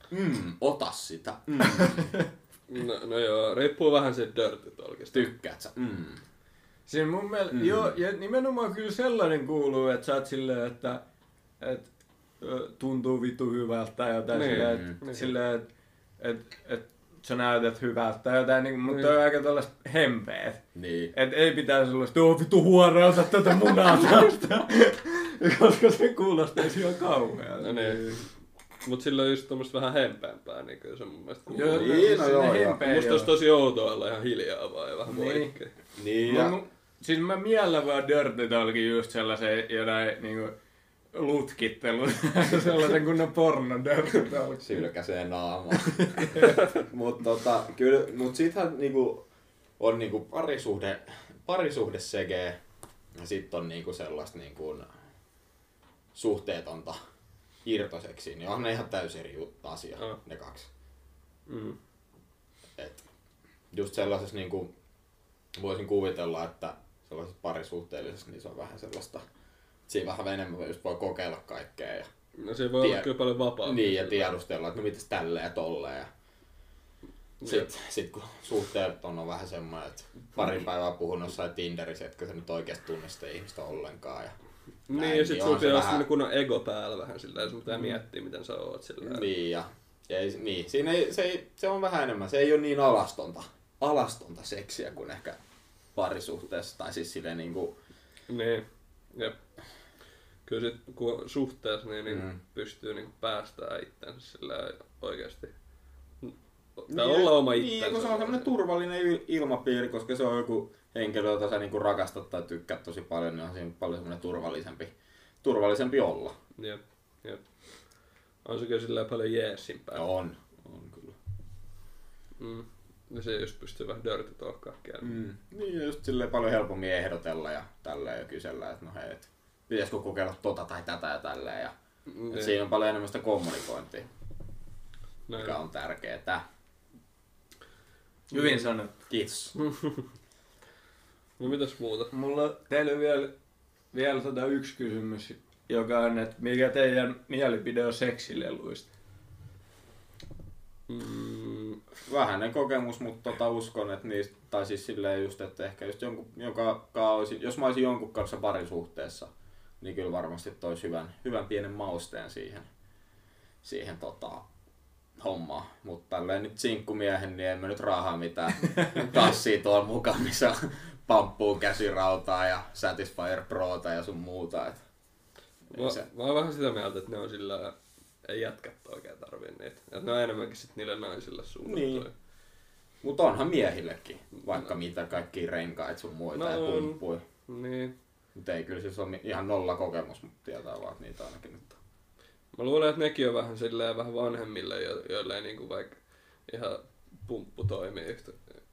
Mm, ota sitä. Mm. No, no joo, riippuu vähän siitä dirty talkista. Tykkäät sä? Mm. Siinä mun mielestä, Mm. joo, ja nimenomaan kyllä sellainen kuuluu, että sä oot silleen, että, että ö, tuntuu vittu hyvältä tai jotain Niin, silleen, että, niin. silleen, että, että, että sä näytät hyvältä tai jotain, niin, mutta Niin. toi on aika tällaista hempeet. Niin. Et ei pitäisi sellaista, oo vittu huora, ota tätä munaa tästä, koska se kuulostaisi ihan kauhealta. No niin. Mut sillä on just tommoista vähän hempeämpää, niin kyllä se mun mielestä kuuluu. Joo, Niin, no sinne joo, joo. hempeä Musta joo. olisi tosi outoa olla ihan hiljaa vaan ja vähän Niin. moikkeja. Niin Ja... ja... Mun, siis mä miellän vaan Dirty Talkin just sellaisen jotain niinku lutkittelun, sellaisen kunnon porno Dirty Talk. Sylkäseen naamaan. mut tota, kyllä, mut siitähän niinku on niinku parisuhde, parisuhde sege ja sit on niinku sellaista niinku suhteetonta irtoseksi, niin on ne ihan täysin eri juttu asia, Oh. ne kaksi. Mm. Et just sellaisessa niinku, voisin kuvitella, että sellaisessa parisuhteellisessa niin se on vähän sellaista, siinä vähän enemmän just voi kokeilla kaikkea ja No se voi olla Tie- kyllä paljon vapaampi. niin, ja tiedustella, että no mitäs tälleen ja tolleen. Ja sit, sit kun suhteet on, on vähän semmoinen, että pari päivää puhun jossain Tinderissä, etkö sä nyt oikeesti tunne sitä ihmistä ollenkaan. Ja Niin, näin, ja sit niin sulla on se pitää olla vähän- semmonen kunnon ego päällä vähän sillä ja sun pitää miettiä, miten sä oot sillä. Niin, ja, ja ei, niin, siinä ei, se, ei, se on vähän enemmän, se ei ole niin alastonta, alastonta seksiä kuin ehkä parisuhteessa, tai siis silleen niinku, Niin, jep. Kyllä sit kun on suhteessa, niin, niin Mm. pystyy niin päästään itsensä sillä oikeesti. Tai Niin, olla oma niin, itsensä. kun se on semmoinen turvallinen il- ilmapiiri, koska se on joku henkilö, jota sä niinku rakastat tai tykkäät tosi paljon, niin on siinä paljon semmoinen turvallisempi, turvallisempi olla. Jep, jep. On se kyllä sillä paljon jeesimpää. Ja on, on kyllä. Mm. Ja se just pystyy vähän dirty talkkaa Mm. Niin, ja just silleen paljon helpommin ehdotella ja tälleen ja kysellä, että no hei, et, pitäisikö kokeilla tota tai tätä ja tälleen. Ja, Mm. et siinä on paljon enemmän sitä kommunikointia, Näin. mikä on tärkeetä. Hyvin sanottu. Kiitos. No mitäs muuta? Mulla on teille vielä, vielä tota yksi kysymys, joka on, että mikä teidän mielipide on seksileluista? Mm. Vähäinen kokemus, mutta tota uskon, että niistä, tai siis silleen just, että ehkä just jonkun, joka olisi, jos mä olisin jonkun kanssa parisuhteessa, niin kyllä varmasti toisi hyvän, hyvän pienen mausteen siihen, siihen tota, hommaan. Mutta tälleen nyt sinkkumiehen, niin en mä nyt raahaa mitään tassia tuolla mukaan, missä on pamppuun käsirautaa ja Satisfyer Prota ja sun muuta. Et, ei Mä, se, mä oon vähän sitä mieltä, että ne on sillä, ei jätkät oikein tarvii niitä. Että ne on enemmänkin sit niille naisille suunnattuja. Niin. Mutta onhan miehillekin vaikka mitä kaikkia renkaita sun muita No ja on. pumppuja. Niin. Mutta ei kyllä siis ole ihan nolla kokemus, mutta tietää vaan, että niitä ainakin nyt on. Mä luulen, että nekin on vähän silleen vähän vanhemmille, jo- joille ei niinku vaikka ihan pumppu toimii yhtä.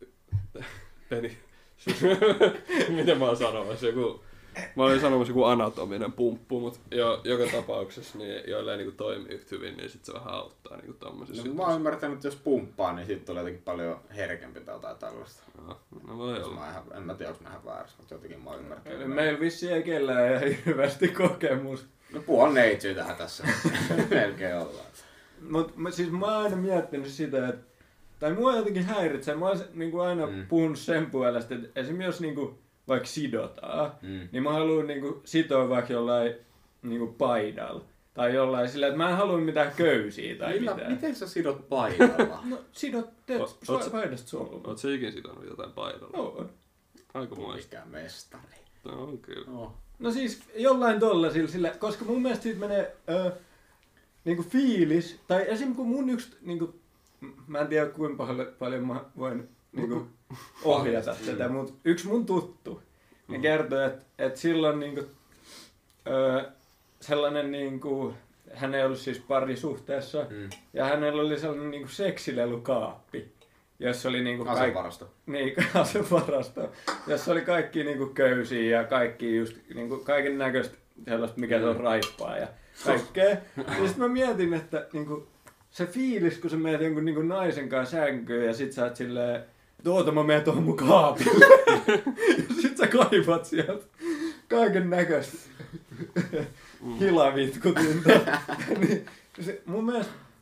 Peni. Miten mä oon sanomassa? Joku, mä olin sanomassa joku anatominen pumppu, mutta jo, joka tapauksessa niin joille ei niinku toimi yhtä hyvin, niin sit se vähän auttaa niinku tommosissa. No, mä oon ymmärtänyt, että jos pumppaa, niin siitä tulee jotenkin paljon herkempi tai jotain tällaista. No, no voi Jos olla. mä ihan, en mä tiedä, onko mä ihan väärässä, mutta jotenkin mä oon ymmärtänyt. Meillä vissiin ei kellään ihan hirveästi kokemusta. No puol neitsyitähän tässä melkein ollaan. Mut mä, siis mä oon aina miettinyt sitä, että tai mua jotenkin häiritsee. Mä oon niinku aina Mm. puhunut sen puolesta, että esimerkiksi jos niinku vaikka sidotaan, Mm. niin mä haluan niinku sitoa vaikka jollain niinku paidalla. Tai jollain sillä, että mä en halua mitään köysiä tai Millä, mitään. miten sä sidot paikalla? No sidot, teet Oot- oot sä- paidasta solmu. Oot sä ikin sidonut jotain paidalla? No. Aika muista. Mikä mestari. No on kyllä. No. no siis jollain tollasilla, sillä, koska mun mielestä siitä menee ö, niinku fiilis, tai esim. Kun mun yksi, niinku, mä en tiedä kuinka paljon, paljon mä voin niinku, ohjata tätä, mutta yksi mun tuttu, ne kertoi, että et silloin niinku, ö, sellainen, niinku, hän ei ollut siis parisuhteessa, Mm. ja hänellä oli sellainen niinku seksilelukaappi, jossa oli niinku kaikki... Asevarasto. Niin, asevarasto, jossa oli kaikki niinku köysiä ja kaikki just niinku kaiken näköistä sellaista, mikä se on raippaa ja kaikkea. Ja sit mä mietin, että niinku, se fiilis, kun sä meet jonkun niinku naisen kanssa sänkyyn ja sit sä oot silleen, että oota mä menen tuohon mun kaapille. Ja sit sä kaivat sieltä kaiken näköistä hilavitkutinta. Niin, se, mun mielestä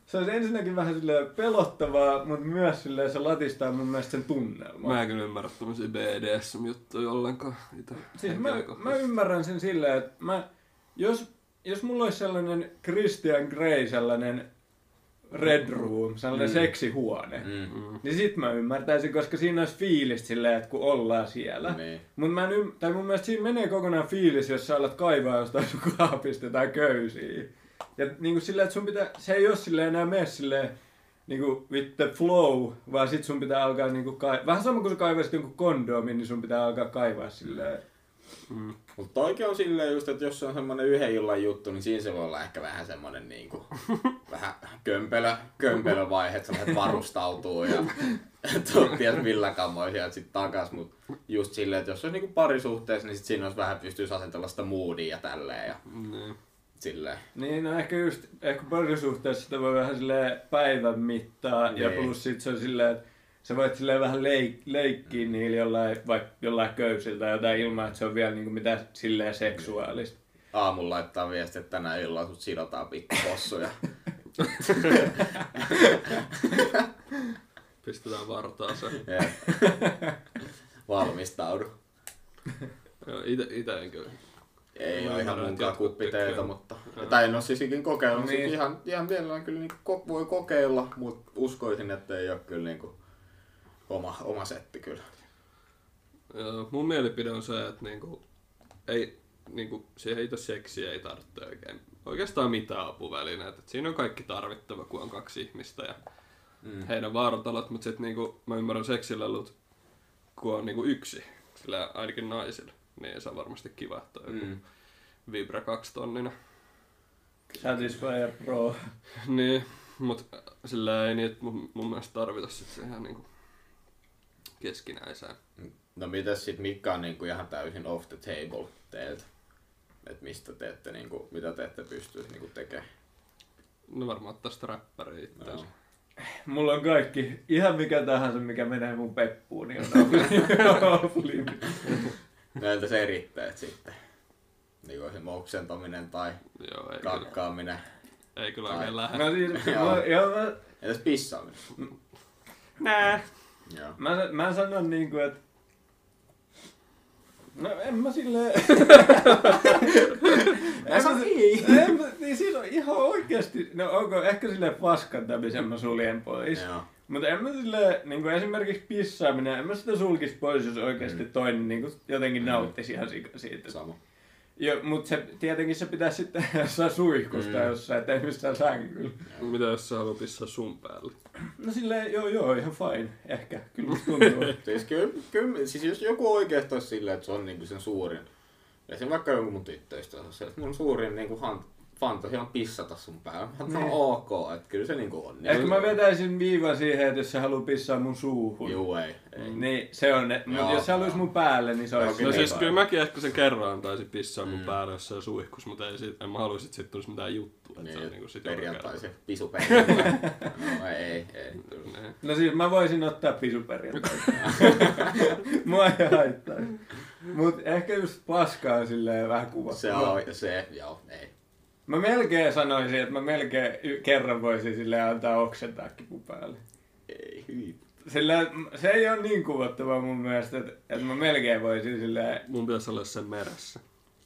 se olisi ensinnäkin vähän silleen pelottavaa, mutta myös silleen se latistaa mun mielestä sen tunnelman. Mä en kyllä ymmärrä tämmösiä B D S M-juttuja ollenkaan. Itä siis mä, mä ymmärrän sen silleen, että mä, jos, jos mulla olisi sellainen Christian Grey, sellainen Red Room, sellainen mm. seksihuone, mm. niin sit mä ymmärtäisin, koska siinä olisi fiilis silleen, että kun ollaan siellä. Niin. Mut mä en ym- tai mun mielestä siinä menee kokonaan fiilis, jos sä alat kaivaa jostain sun kaapista tai köysiä. Ja niinku silleen, että sun pitää, se ei oo silleen enää mene silleen niinku with the flow, vaan sit sun pitää alkaa niinku kaivaa. Vähän sama kuin sä kaivaisit jonkun kondoomin, niin sun pitää alkaa kaivaa silleen. Mm. Mutta toikin on silleen just, että jos se on semmonen yhden illan juttu, niin siinä se voi olla ehkä vähän semmonen niinku, vähän kömpelö, kömpelö vaihe, että sä lähdet varustautuu ja tuot ties millä kammoin sieltä sit takas, mut just silleen, että jos se olisi niinku parisuhteessa, niin sit siinä olisi vähän pystyisi asetella sitä moodia ja tälleen ja mm. silleen. Niin, no ehkä just, ehkä parisuhteessa sitä voi vähän silleen päivän mittaa niin. Ja plus sit se on silleen, että sä voit silleen vähän leik- leikkiä niillä jollain, vaikka jollain köysillä tai jotain ilman, että se on vielä niinku mitään silleen seksuaalista. Aamulla laittaa viesti, että tänä illalla sut sidotaan pikkupossuja. Pistetään vartaaseen. Valmistaudu. Joo, ite, ite en kyllä. Ei ole ihan munkaan kuppiteitä, mutta... Tai en oo siis ikin kokeillut. Niin. Siis ihan, ihan mielellään kyllä niinku voi kokeilla, mutta uskoisin, että ei oo kyllä niinku oma, oma setti kyllä. Joo, mun mielipide on se, että niinku, ei, niinku, siihen itse seksiä ei tarvitse oikein, oikeastaan mitään apuvälineitä. Et siinä on kaikki tarvittava, kun on kaksi ihmistä ja mm. heidän vartalot, mutta sitten niinku, mä ymmärrän seksilelut, kun on niinku yksi, sillä ainakin naisilla, niin se on varmasti kiva, että on joku mm. Vibra kaksitonninen. Satisfyer Pro. Niin, mutta sillä ei niitä mun, mun mielestä tarvita sitten ihan niinku keskinäisään. No mitäs sit mikä on niinku ihan täysin off the table teiltä? Et mistä te ette niinku, mitä te ette pystyisi niinku tekemään? No varmaan ottaa sitä räppäriä itseänsä. No. Mulla on kaikki, ihan mikä tahansa mikä menee mun peppuun, niin on off limit. No entäs eritteet sitten? Niinku se moksentaminen tai joo, ei kakkaaminen? Kyllä. Ei kyllä tai... oikein lähde. No siis, joo. Joo, mä... Entäs pissaaminen? Nää. Joo. Mä, mä sanon niinku, että no en mä silleen... Mä sanon ei. En mä, niin siis on ihan oikeesti, no onko ehkä silleen paskantamisen mä suljen pois. Joo. Mutta en mä silleen, niinku esimerkiksi pissaaminen, en mä sitä sulkis pois, jos oikeesti mm. toinen niinku jotenkin mm. nauttisi ihan siitä. Sama. Jo, mut se, tietenkin se pitää sitten jossain suihkusta, mm. jossain, ettei missään sänkyllä. Mitä jos sä haluat pissaa sun päälle? No silleen, joo joo, ihan fine, ehkä. Kyllä musta tuntuu. siis, kyllä, kyllä, siis jos joku oikeesti olisi silleen, että se on niinku sen suurin, ja se vaikka joku mun tyttöistä on se, että mun suurin niinku fantasia on pissata sun päälle. Mä oon ok, että kyllä se niinku on. Ehkä mä vetäisin viivan siihen, että jos se haluu pissaa mun suuhun. Juu, ei. ei. Niin se on, mutta jos se haluaisi mun päälle, niin se olisi... No siis kyllä mäkin ehkä sen kerran taisin pissaa mun mm. päälle jossain suihkus, mutta ei sit, en mä haluaisi, että siitä tulisi mitään juttua. Niin, se on niinku sit perjantaisin pisuperjantai. No ei, ei. ei. No siis mä voisin ottaa pisuperjantai. Mua ei haittaa. Mut ehkä just paskaa on silleen vähän kuvattu. Se on, se, joo, ei. Mä melkein sanoisin, että mä melkein kerran voisin silleen antaa oksentaa kipun päälle. Ei, hyvin. Sillä se ei ole niin kuvattavaa mun mielestä, että, että mä melkein voisin silleen... Mun pitäisi olla sen meressä.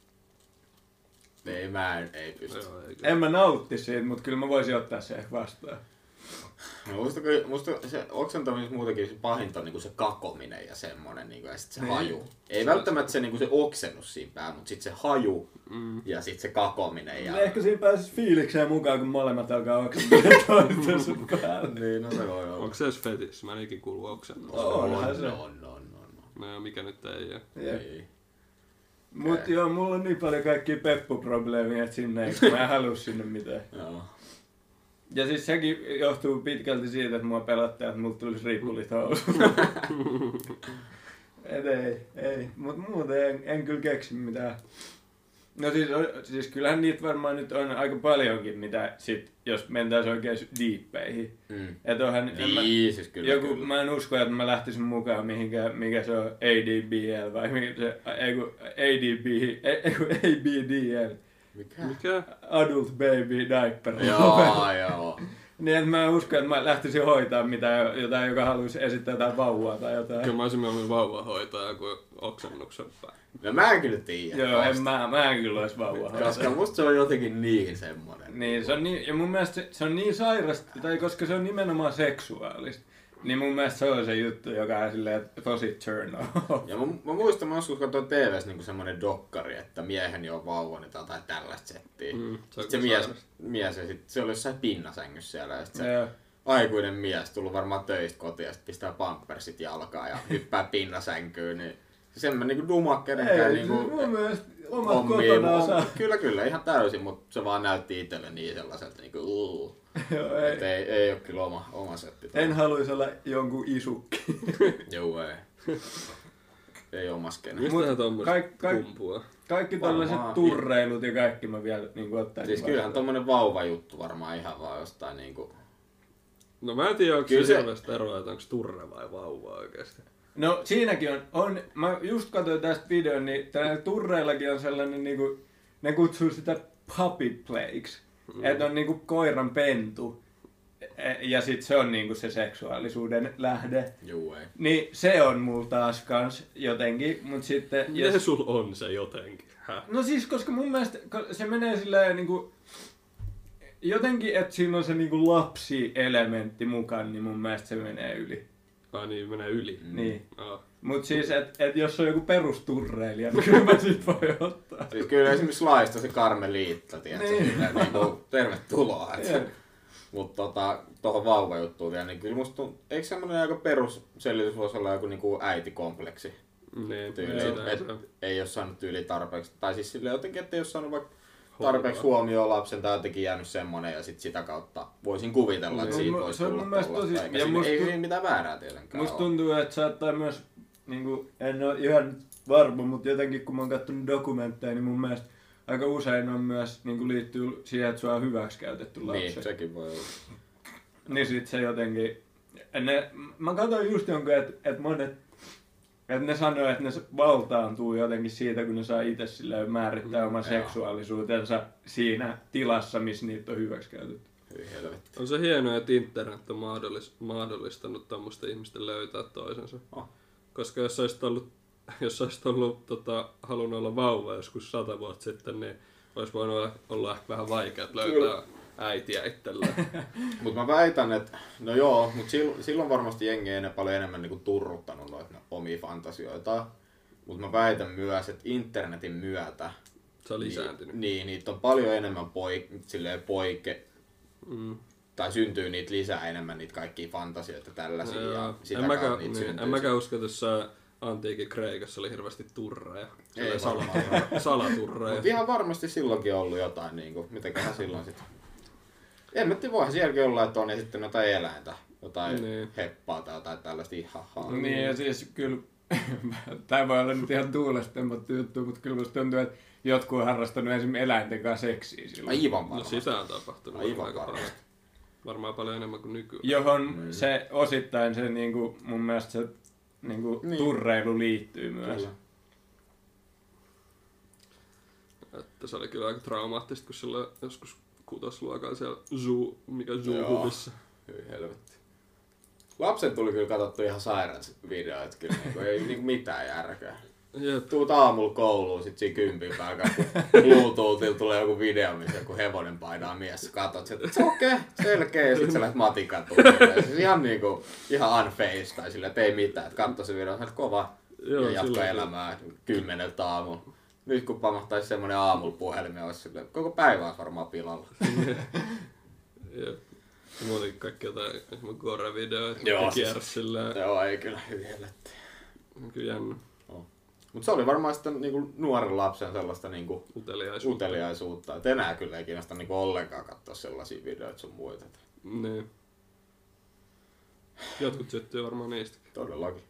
Ei, mä en, ei pysty. Joo, ei en mä nautti siitä, mutta kyllä mä voisin ottaa sen ehkä vastaan. No, musta, musta se oksentaminen muutenkin se pahinta on niinku se kakominen ja semmonen niinku, ja sit se niin. haju. Ei se välttämättä se, niinku se oksennus siinä päällä, mutta sit se haju mm. ja sit se kakominen. Ja... Ehkä siinä pääsis fiilikseen mukaan, kun molemmat alkaa oksentaa toista sun päällä. Niin, no se voi olla. Onko se edes fetis? Mä en ikin kuulu oksentaa. On, on, se. on, on, on. No mikä nyt ei oo. Ei. Mut okay. Joo, mulla on niin paljon kaikkia peppuprobleemia, että sinne ei, mä en halua sinne mitään. Joo. Ja siis sekin johtuu pitkälti siitä, että mua pelottaa, että mulla tulisi riippulit housuun. Et ei, ei. Mut muuten en, en kyllä keksi mitään. No siis, siis kyllähän niitä varmaan nyt on aika paljonkin, mitä sit, jos mentäis oikein diippeihin. Mm. Et onhan, niin, mä, siis kyllä, joku, kyllä. Mä en usko, että mä lähtisin mukaan mihinkään, mikä se on A D B L vai mikä se, eiku A D B, eiku A B D L. Mikä? Mikä? Adult Baby Diaper. Joo, joo. Niin, että mä en usko, että mä lähtisin hoitaa mitään, jotain, joka haluaisi esittää jotain vauvaa tai jotain. Kyllä mä olisin mieluummin vauvahoitaja kuin oksennuksen päin. No mä en kyllä tiedä. Joo, en mä, mä en kyllä olisi vauvahoitaja. Koska musta se on jotenkin niin semmonen. Niin, se on niin, ja mun mielestä se, se on niin sairasta, tai koska se on nimenomaan seksuaalista, niin mun mielestä se on se juttu, joka on silleen tosi turn off. Ja mä, mä muistan, mä joskus katsoin T V:ssä niinku semmonen dokkari, että mieheni on vauva, niin tai jotain tällaista settiä. Mm, se, se mies, mies ja sit se oli jossain pinnasängyssä siellä ja sit se Ja, aikuinen mies tullut varmaan töistä kotiin ja sit pistää pampersit jalkaan ja hyppää pinnasänkyyn, niin se semmoinen niinku duma kenenkään ei, niinku mun mielestä omat hommiin. kotona osaa. Kyllä, kyllä, ihan täysin, mutta se vaan näytti itselle niin sellaiselta niinku uh. Joo, ei. Et ei, ei oo kyllä oma, oma setti. En haluaisi olla jonkun isukki. Joo, ei. Ei omas kene. Mistähän tommoset Kaik- kaik- kumpuaa? Kaikki tällaiset Varmaan. turreilut ja kaikki mä vielä niin ottaisin. Siis kyllähän tommonen vauvajuttu varmaan ihan vaan jostain niinku... No mä en tiedä, onko Kyllä se se- hirveästi eroa, että onko turre vai vauva oikeesti. No siinäkin on, on, mä just katsoin tästä videon, niin tällä turreillakin on sellainen niinku, ne kutsuu sitä puppy playksi. Mm. Että on niinku koiran pentu. E- Ja sit se on niinku se seksuaalisuuden lähde. Juu, ei. Niin se on mulla taas kans jotenkin, mut sitten... Miten sul on se jotenkin? Häh? No siis, koska mun mielestä ko- se menee silleen niinku... Jotenkin, että siinä on se niinku lapsi-elementti mukaan, niin mun mielestä se menee yli. Ai niin, menee yli. Mm. Niin. Ah. Mut siis, että et jos on joku perusturreilija, niin kyllä mä sit voi ottaa. Siis kyllä esimerkiksi laista se Karmeliitta, tiedätkö? Niin. Niin. Niinku, tervetuloa. Et. Jep. Mut tota, tohon vauvajuttuun vielä, niin kyllä musta tuntuu, eikö semmonen aika perusselitys voisi olla joku niinku äitikompleksi? Niin, Tyyli, sitä et, se on. ei oo saanut tyyli tarpeeksi, tai siis sille jotenkin, että ei oo saanut vaikka tarpeeksi huomioon lapsen tai jotenkin jäänyt semmonen ja sit sitä kautta voisin kuvitella, että No, siitä mu- voisi se on tulla mun mielestä tollaista, tosi- eikä ja siinä, musta ei tu- siinä mitään väärää tietenkään Musta oo. tuntuu, että saattaa myös, niinku, en oo ihan varma, mutta jotenkin kun mä oon kattonut dokumentteja, niin mun mielestä aika usein on myös niinku, liittyy siihen, että sua on hyväksikäytetty lapsi. Niin, sekin voi olla. Niin sit se jotenkin... Ne, mä katsoin just jonkun, että et monet... Että ne sanoo, että ne valtaantuu jotenkin siitä, kun ne saa itse silleen määrittää oman Joo. seksuaalisuutensa siinä tilassa, missä niitä on hyväksikäytetty. Hyi helvetti. On se hienoa, että internet on mahdollis- mahdollistanut tommosten ihmisten löytää toisensa. Oh. Koska jos olisit ollut, jos olisit ollut tota, halunnut olla vauva joskus sata vuotta sitten, niin olisi voinut olla, olla ehkä vähän vaikea löytää Kyllä. äitiä itselleen. Mut mä väitän, että no joo, mut silloin, silloin varmasti jengi ei paljon enemmän niinku turruttanut noita omia fantasioita. Mut mä väitän myös, että internetin myötä Se on lisääntynyt. Niin, niin niitä on paljon enemmän poik- silleen poike, Mm. tai syntyy niitä lisää enemmän niitä kaikkia fantasioita tällaisia Joo. ja sitä en, kautta mäkään, niitä niin, syntyy. en mäkään usko, että jossain antiikin Kreikassa oli hirveästi turreja. Ei Sala, varmaan. salaturreja. Mut ihan varmasti silloinkin ollut jotain, niinku, mitäköhän silloin sit. En mä tiedä, voihan sielläkin olla, että on sitten jotain eläintä, jotain Niin. heppaa tai jotain tällaista ihahaa. Niin ja siis kyllä, tämä voi olla nyt ihan tuulesta temmattu juttu, mutta kyllä musta tuntuu, että jotkut on harrastanut esimerkiksi eläinten kanssa seksiä silloin. Aivan No varmasti. sitä on tapahtunut Aivan aika paljon. varmasti. Varmaan paljon enemmän kuin nykyään. Johon Mm. se osittain se niinku, mun mielestä se niinku, Niin. turreilu liittyy myös. Kyllä. Että se oli kyllä aika traumaattista, kun silloin joskus kutosluokalla siellä zoo, mikä Joo. zoo-hubissa. Hyi helvetti. Lapset tuli kyllä katsottu ihan sairaat videoita, kyllä niinku, ei niinku mitään järkeä. Jep. Tuut aamulla kouluun, sit siinä kympin päällä, kun Bluetoothilla tulee joku video, missä joku hevonen painaa mies. Katot, että se okei, okay, selkeä, ja sit sä lähdet matikan tunnille. Siis ihan niinku, ihan unfazed, tai silleen, että ei mitään. Et katso se video, että kova, Joo, ja jatko silloin elämää kymmeneltä aamulla. Nyt kun pamahtaisi semmonen aamulla puhelimeen, olisi silleen, koko päivä olisi varmaan pilalla. Jep. Muutenkin kaikki jotain esimerkiksi gore-videoita, Joo, jotka siis- kiersi silleen. Joo, ei kyllä hyvin helvetti. Kyllä jännä. Mutta se oli varmaan sitten niinku nuoren lapsen sellaista niinku Uteliaisuutta. uteliaisuutta. Et enää kyllä ei kiinnosta niinku ollenkaan katsoa sellaisia videoita sun muita. Et Niin. Jotkut syttyy varmaan niistäkin. todellakin.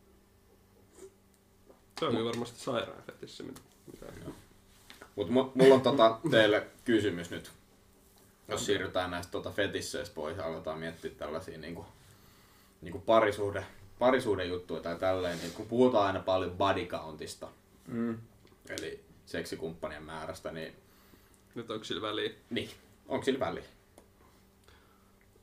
Se on kyllä varmasti sairaan fetissi. Mitä, mitä. Mut mu- mulla on tota teille kysymys nyt. Jos siirrytään näistä tota fetisseistä pois ja aletaan miettiä tällaisia niinku, niinku parisuhde, parisuhden juttuja tai tälleen, niin kun puhutaan aina paljon body countista, Mm. eli seksikumppanien määrästä, niin, Nyt onko sillä väliä? niin onko sillä väliä?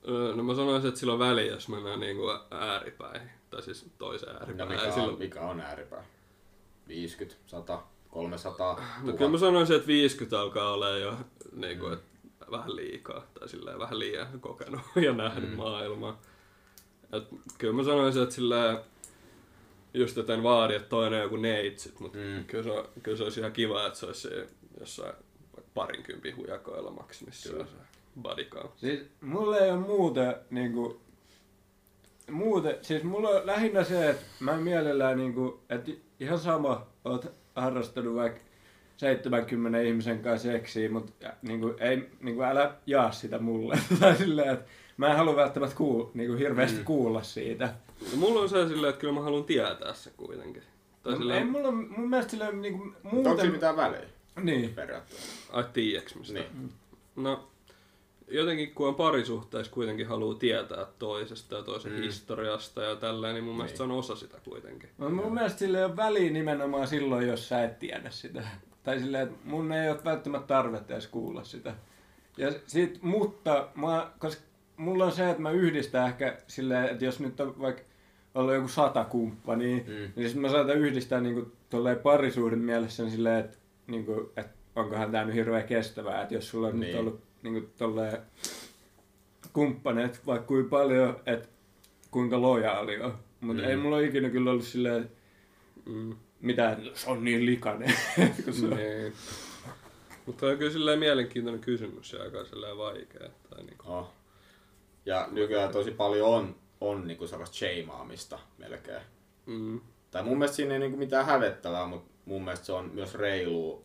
Öö, no mä sanoisin, että sillä on väliä, jos mennään niinku ääripäihin. Tai siis toiseen No ääripäin. mikä, Ei on, silloin... mikä on ääripää? viisikymmentä, sata, kolmesataa, No tuhat. kyllä mä sanoisin, että viisikymmentä alkaa olla jo niinku, et vähän liikaa. Tai silleen vähän liian kokenut ja nähnyt mm. maailmaa. Et kyllä mä sanoisin, että silleen just että en vaadi, että toinen on joku neitsyt, mutta mm. kyllä, se on, kyllä se olisi ihan kiva, että se olisi jossain parinkympin hujakoilla maksimissaan se body count. Siis mulla ei ole muuta niinku... Muuten, siis mulla on lähinnä se, että mä mielellään niinku, että ihan sama oot harrastanut vaikka seitsemänkymmentä ihmisen kanssa seksiä, mutta niinku, ei, niinku, älä jaa sitä mulle. Tai silleen, että mä en halua välttämättä kuul, niinku, hirveästi mm. kuulla siitä. No, mulla on se silleen, että kyllä mä haluan tietää se kuitenkin. Tai No, silleen... ei mulla mun mielestä silleen niinku muuten... Mutta onko siinä mitään väliä? Niin. Periaatteessa. Ai tiiäks mistä? Niin. No, jotenkin kun on parisuhteessa kuitenkin haluaa tietää toisesta ja toisen mm. historiasta ja tälleen, niin mun mielestä Niin. se on osa sitä kuitenkin. No, mun mielestä sillä ei ole väliä nimenomaan silloin, jos sä et tiedä sitä. Tai silleen, että mun ei ole välttämättä tarvetta edes kuulla sitä. Ja sit, mutta mä, koska mulla on se, että mä yhdistän ehkä silleen, että jos nyt on vaikka ollut joku sata kumppania, mm. niin sit mä saatan yhdistää niinku tolleen parisuuden mielessä silleen, että, niinku, että onkohan tää nyt hirveän kestävää, että jos sulla on niin. nyt ollut niinku tolleen kumppaneet vaikka kuinka paljon, että kuinka lojaali on. Mutta mm. ei mulla ole ikinä kyllä ollut silleen, mm. mitä, se on niin likainen. Niin. Mutta on kyllä silleen mielenkiintoinen kysymys ja aika silleen vaikea. Tai niinku. Oh. Ja nykyään tosi paljon on, on niinku sellaista sheimaamista melkein. Mm. Tai mun mielestä siinä ei niinku mitään hävettävää, mutta mun mielestä se on myös reilua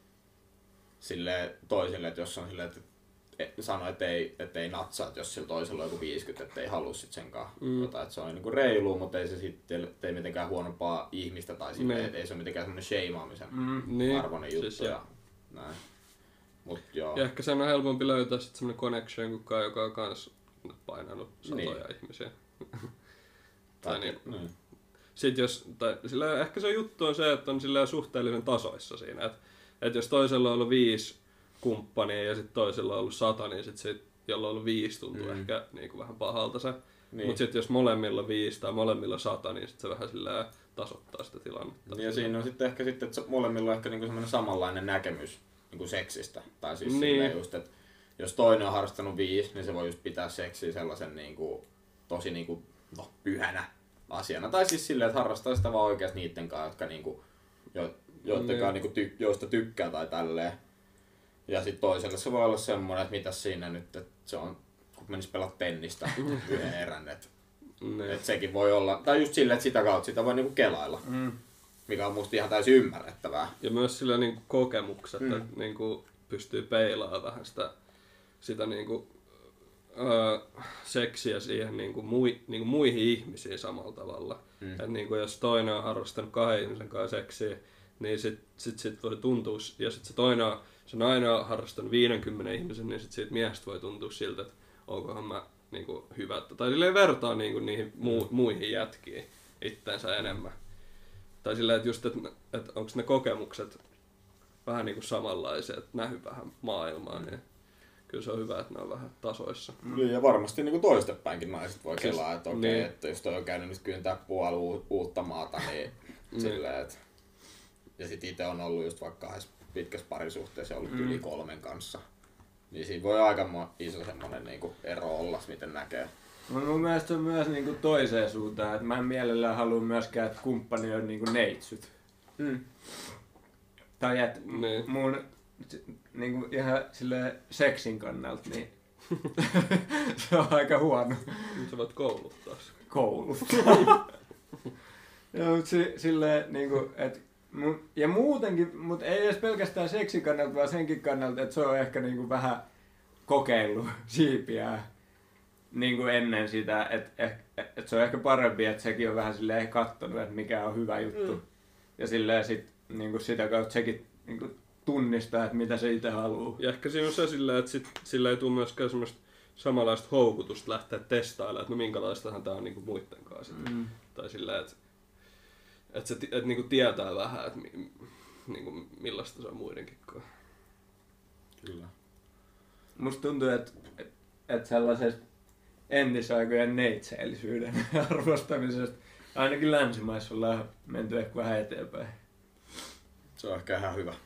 sille toiselle, että jos on silleen, että et, sano, että ei, et ei natsaa, että jos sillä toisella on joku viisikymmentä, että ei halua sit senkaan mm. jotain, että se on niinku reilua, mutta ei se sitten tee mitenkään huonompaa ihmistä tai silleen, että ei se ole mitenkään semmoinen sheimaamisen mm. niin. arvoinen juttu. Siis ja, näin. Mut joo. Ja ehkä se on helpompi löytää sitten semmoinen connection kukaan, joka on kans painanut satoja niin. ihmisiä. tai niin. niin. Sitten jos, tai sillä ehkä se juttu on se, että on sillä suhteellisen tasoissa siinä, että et jos toisella on ollut viisi kumppania ja sitten toisella on ollut sata, niin sitten sit, jolla on ollut viisi tuntuu mm. ehkä niinku vähän pahalta se. Niin. Mutta sitten jos molemmilla viisi tai molemmilla sata, niin sitten se vähän sillä tasoittaa sitä tilannetta. Ja siinä on sitten ehkä sitten, että molemmilla on ehkä niinku semmoinen samanlainen näkemys niinku seksistä. Tai siis niin. just, että jos toinen on harrastanut viisi, niin se voi just pitää seksiä sellaisen niinku, tosi niinku, no, pyhänä asiana. Tai siis silleen, että harrastaa sitä vaan oikeasti niiden kanssa, jotka niinku, jo, joidenkaan, niinku, ty, joista tykkää tai tälleen. Ja sitten toiselle se voi olla semmoinen, että mitäs siinä nyt, että se on, kun menis pelaa tennistä yhden erän, että et sekin voi olla, tai just silleen, että sitä kautta sitä voi niinku kelailla, mm. mikä on musta ihan täysin ymmärrettävää. Ja myös sillä niinku kokemukset, mm. että niinku pystyy peilaamaan vähän sitä, sitä niinku, öö, seksiä siihen niinku, mui, niinku muihin ihmisiin samalla tavalla. Mm. Et niinku, jos toinen on harrastanut kahden ihmisen kanssa seksiä, niin sit, sit, sit voi tuntua, ja sit se toinen on, se nainen on harrastanut viidenkymmenen ihmisen, niin sit siitä miehestä voi tuntua siltä, että onkohan mä niinku hyvä. Tai silleen vertaa niinku niihin mu, muihin jätkiin itteensä enemmän. Tai silleen, että just, että et onko ne kokemukset vähän niinku samanlaisia, että nähy vähän maailmaa, niin kyllä se on hyvä, että ne on vähän tasoissa. Mm. Ja varmasti niinku toistepäinkin naiset voi kelaa, siis, että okei, okay, niin. että jos toi on käynyt nyt kyntää puoli uutta maata, niin silleen, että ja sit ite on ollut just vaikka kahdessa pitkässä parisuhteessa ja ollut mm. yli kolmen kanssa. Niin siinä voi aika iso semmonen niinku ero olla, miten näkee. No, mun mielestä se on myös niinku toiseen suuntaan, että mä en mielellään halua myöskään, että kumppani on niinku neitsyt. Mm. Tai että niin. mun niinku ihan silleen seksin kannalta, niin se on aika huono. Sä voit kouluttaa se. Kouluttaa. Joo, mut si, silleen niinku, että ja muutenkin, mutta ei edes pelkästään seksin kannalta, vaan senkin kannalta, että se on ehkä niinku vähän kokeillut siipiä niinku ennen sitä, että et, et se on ehkä parempi, että sekin on vähän silleen kattonut, että mikä on hyvä juttu. Mm. Ja silleen sit, niinku sitä kautta sekin niinku tunnistaa, että mitä se itse haluaa. Ja ehkä siinä on se silleen, että sit, sillä ei tule myöskään semmoista samanlaista houkutusta lähteä testailemaan, että no minkälaistahan tää on niinku muitten kanssa. Mm. Tai silleen, että Että se et, niinku tietää vähän, että mi, niinku, millaista se on muidenkin kanssa. Kyllä. Musta tuntuu, että et, et sellaisesta entisaikojen neitseellisyyden arvostamisesta. Ainakin länsimaissa ollaan menty ehkä vähän eteenpäin. Se on ehkä ihan hyvä.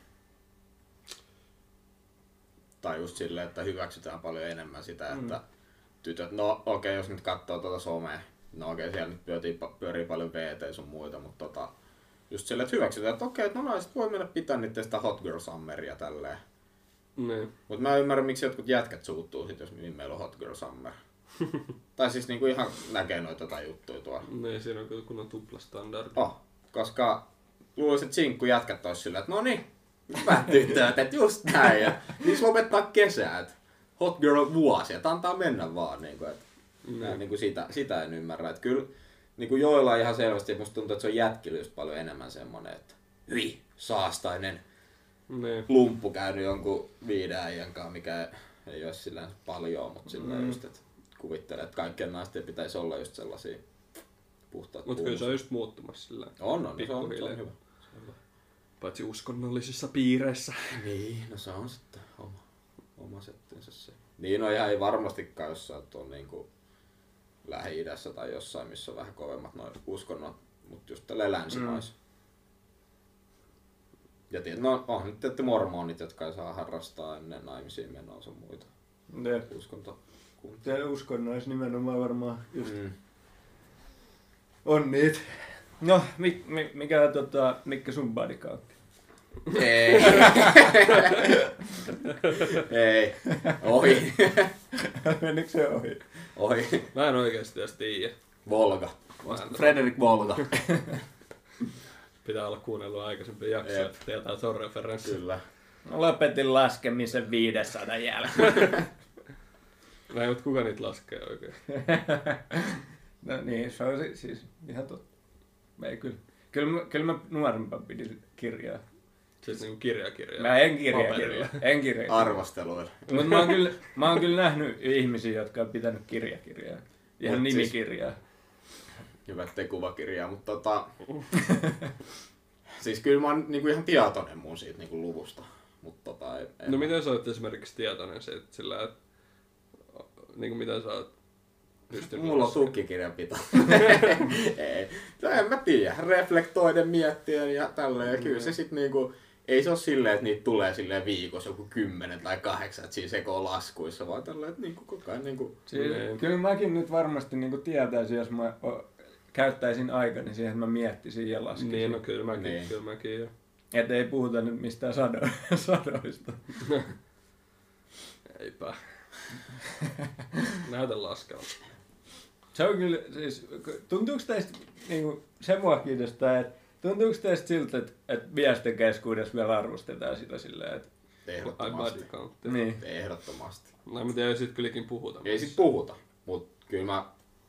Tai just silleen, että hyväksytään paljon enemmän sitä, että mm. tytöt, no okei, okay, jos nyt katsoo tuota somea, no okei, okay, siellä nyt pyörii, pyörii paljon V T sun muita, mutta tota, just silleen, että hyväksytään, että okei, okay, no naiset voi mennä pitää niitä sitä Hot Girl Summeria tälleen. Niin. Mut mä ymmärrän, miksi jotkut jätkät suuttuu sit, jos meillä on Hot Girl Summer. Tai siis niinku ihan näkee noita jotain juttuja tuolla. Niin, siinä on kyllä kunnon tuplastandardi. Oh, koska luulisin, että sinkku jätkät ois silleen, että no niin, hyvät tytöt, että just näin. Ja niissä lopettaa kesät. Hot Girl vuosi, että antaa mennä vaan. Niinku, et, mm. niinku sitä, sitä en ymmärrä. Et kyllä niinku joilla ihan selvästi, musta tuntuu, että se on jätkillä just paljon enemmän semmonen, että hyi, saastainen niin. lumppu käynyt jonkun viiden äijän kanssa, mikä ei ole sillä paljon, mutta sillä mm. just, että kuvittelee, että kaikkien naisten pitäisi olla just sellaisia puhtaat. Mutta kyllä se on just muuttumassa sillä on, on, se on, se on hyvä. Paitsi uskonnollisissa piireissä. Niin, no se on sitten oma, oma settinsä se. Niin, no ihan ei varmastikaan, jos sä oot niinku Lähi-idässä tai jossain, missä on vähän kovemmat noin uskonnot, mutta just tälleen länsimaissa. Mm. Ja tiedät, no on nyt tietysti mormonit, jotka ei saa harrastaa ennen naimisiin menoa sun muita uskontokuntia. Uskonnoissa nimenomaan varmaan just mm. on niitä. No, mi, mi, mikä, tota, mikä sun body count? Ei. Ei. Ohi. Menikö se ohi? Ohi. Mä en oikeesti edes tiedä. Volga. Fredrik Volga. Pitää olla kuunnellut aikaisempia jaksoja, että tietää ton referenssi. Kyllä. Mä lopetin laskemisen viisisataa jälkeen. Näin, mutta kuka niitä laskee oikein? No niin, se on siis ihan totta. Ei, kyllä, kyllä, mä, kyllä mä nuorempaan pidin kirjaa. Siis niinku kirjakirjaa? Mä en kirjakirjaa. En kirjakirjaa. Arvosteluilla. Mutta mä oon kyllä, mä oon kyllä nähnyt ihmisiä, jotka on pitänyt kirjakirjaa. Ihan Mut nimikirjaa. Siis, hyvä, ettei kuvakirjaa, mutta tota... siis kyllä mä oon niinku ihan tietoinen mun siitä niinku luvusta. Mut tota, ei, no miten sä oot esimerkiksi tietoinen siitä sillä, että... Niinku miten sä oot... Mulla on tukkikirjanpito. Ei. No en mä tiedä. Reflektoiden miettien ja tälleen. Ja kyllä se sit niinku... Ei se oo silleen, että niitä tulee silleen viikossa joku kymmenen tai kahdeksan, että siinä sekoo laskuissa, vaan tälleen, että niinku koko ajan niinku... Siis, kyllä mäkin nyt varmasti niinku tietäisin, jos mä o, käyttäisin aikani siihen, että mä miettisin ja laskisin. Niin, no kyllä mäkin, niin. kyllä mäkin jo. Että ei puhuta nyt mistään sado, sadoista. Eipä. Näytä laskella. Se on kyllä, siis, tuntuuko teistä, niinku, se mua kiinnostaa, että tuntuuko teistä siltä, että, että miesten keskuudessa vielä arvostetaan sitä silleen, että... Ehdottomasti. Niin. Ehdottomasti. No mutta ei sit kylläkin puhuta. Ei sit puhuta, mut kyllä mä...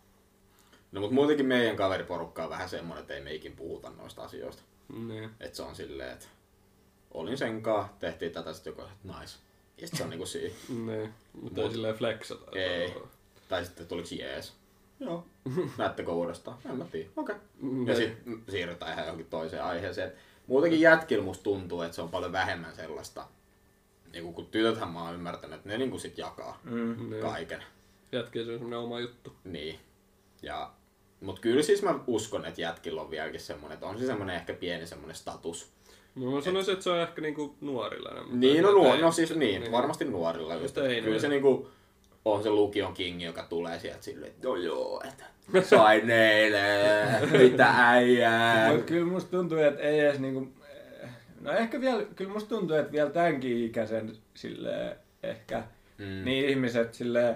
No mut muutenkin meidän kaveriporukka on vähän semmonen, että ei me ikin puhuta noista asioista. Niin. Et se on silleen, että olin senkaan, tehtiin tätä sit joku, että nice. Ja sit se on niinku siinä. Niin, mutta ei silleen flexata. Ei. Tai sitten tuliks jees. Joo. Näettekö uudestaan? En mä tiedä. Okei. Okay. Ja sit siirrytään ihan johonkin toiseen aiheeseen. Muutenkin jätkillä musta tuntuu, että se on paljon vähemmän sellaista. Niinku kun tytöthän mä oon ymmärtänyt, että ne niinku sit jakaa mm, kaiken. Jätkillä se on semmonen oma juttu. Niin. Ja, mut kyllä siis mä uskon, että jätkillä on vieläkin semmonen, että on se semmonen ehkä pieni semmonen status. No mä sanoisin, että se on ehkä niinku nuorilla enemmän. Niin, no, nuor- no siis niin, niin, varmasti nuorilla. Just, ei kyllä se niinku on se lukion kingi, joka tulee sieltä silleen, että no joo, että sain eilen, mitä äijää. Mut kyllä musta tuntuu, että ei edes niinku... No ehkä vielä, kyllä musta tuntuu, että vielä tämänkin ikäisen silleen ehkä mm. niin ihmiset silleen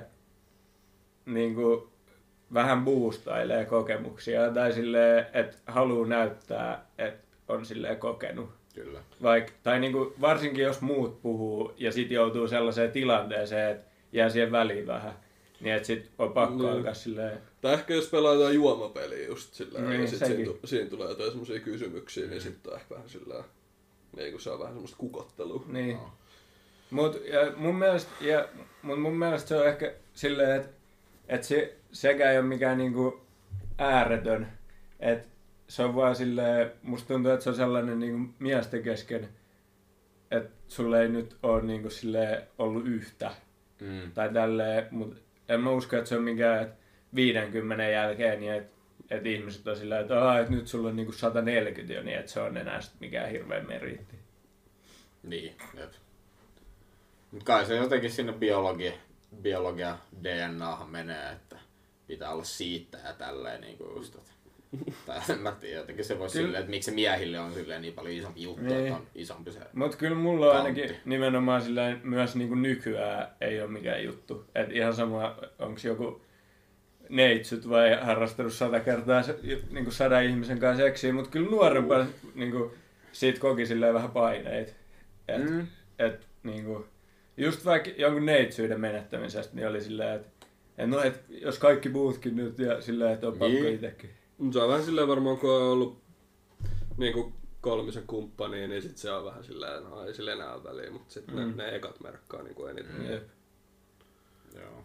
niinku vähän boostailee kokemuksia tai silleen, että haluu näyttää, että on silleen kokenut. Kyllä. Vaik, tai niinku, varsinkin jos muut puhuu ja sit joutuu sellaiseen tilanteeseen, että jää siihen väliin vähän, niin että sit on pakko no. alkaa silleen... Tai ehkä jos pelaa jotain juomapeliä just silleen, niin, ja sit siinä, tu- siinä tulee jotain semmosia kysymyksiä, mm. niin sit on ehkä vähän silleen... Niin kun se on vähän semmoista kukottelua. Niin. No. Mut, ja mun mielestä, ja, mut mun mielestä se on ehkä silleen, että et se, sekään ei ole mikään niinku ääretön. Et se on vaan silleen, musta tuntuu, että se on sellainen niinku miesten kesken, että sulle ei nyt ole niinku silleen ollut yhtä. Mm. Tai tälleen, mut en mä usko, että se on mikään, että viidenkymmenen jälkeen, niin että et ihmiset on sillä, että, että nyt sulla on niinku sata neljäkymmentä jo, niin että se on enää sit mikään hirveä meriitti. Niin, jep. Mut kai se jotenkin sinne biologia, biologia D N Ahan menee, että pitää olla siitä ja tälleen niinku just, että tai en mä tiedä, jotenkin se voisi silleen, että miksi se miehille on silleen niin paljon isompi juttu, niin. Että on isompi se. Mut kyllä mulla on kantti. ainakin nimenomaan silleen myös niinku nykyään ei ole mikään juttu. Et ihan sama, onks joku neitsyt vai harrastanut sata kertaa niinku sadan ihmisen kanssa seksiä, mut kyllä nuorempana niinku siitä koki silleen vähän paineita. Et, mm. et niinku just vaikka jonkun neitsyyden menettämisestä, niin oli silleen, että et no et jos kaikki muutkin nyt ja silleen, että on pakko niin. Itekin. Se on vähän silleen varmaan, kun on ollut niinku kolmisen kumppania, niin sit se on vähän silleen, no ei sille enää ole väliä, mutta sitten mm. ne, ne ekat merkkaa niinku eniten. Mm. Jep. Joo.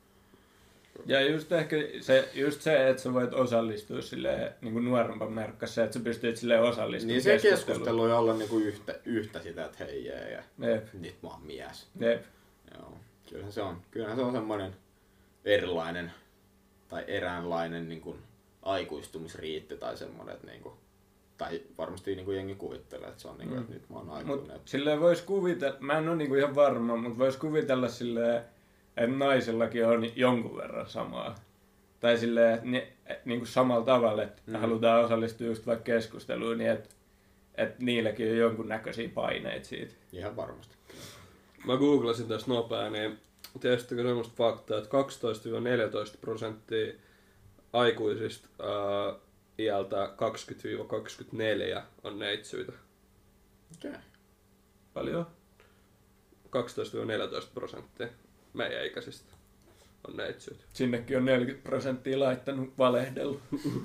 Ja just ehkä se, just se, että sä voit osallistua silleen, niinku nuorempan merkkas se, että sä pystyt silleen osallistumaan niin se keskustelu ei olla niinku yhtä, yhtä sitä, että hei jee ja Jep. nyt mä oon mies. Jep. Joo. Kyllähän se on, kyllähän se on semmoinen erilainen tai eräänlainen niin kuin aikuistumisriitti tai semmoinen, että niinku, tai varmasti niinku jengi kuvittelee, että se on niinku, mm. että nyt mä oon aikuinen. Mut silleen vois kuvitella, mä en oo niinku ihan varma, mutta vois kuvitella silleen, että naisellakin on jonkun verran samaa. Tai silleen, että ni, niinku samalla tavalla, että mm. halutaan osallistua just vaikka keskusteluun, niin että et niilläkin on jonkunnäköisiä paineita siitä. Ihan varmasti. Mä googlasin tästä nopea, niin tiedättekö semmoista faktaa, että kaksitoista neljätoista prosenttia aikuisista ää, iältä kaksikymmentä kaksikymmentäneljä on neitsyitä. Okei. Okay. Paljon? kaksitoista neljätoista prosenttia meidän ikäisistä on neitsyitä. Sinnekin on neljäkymmentä prosenttia laittanut valehdellut.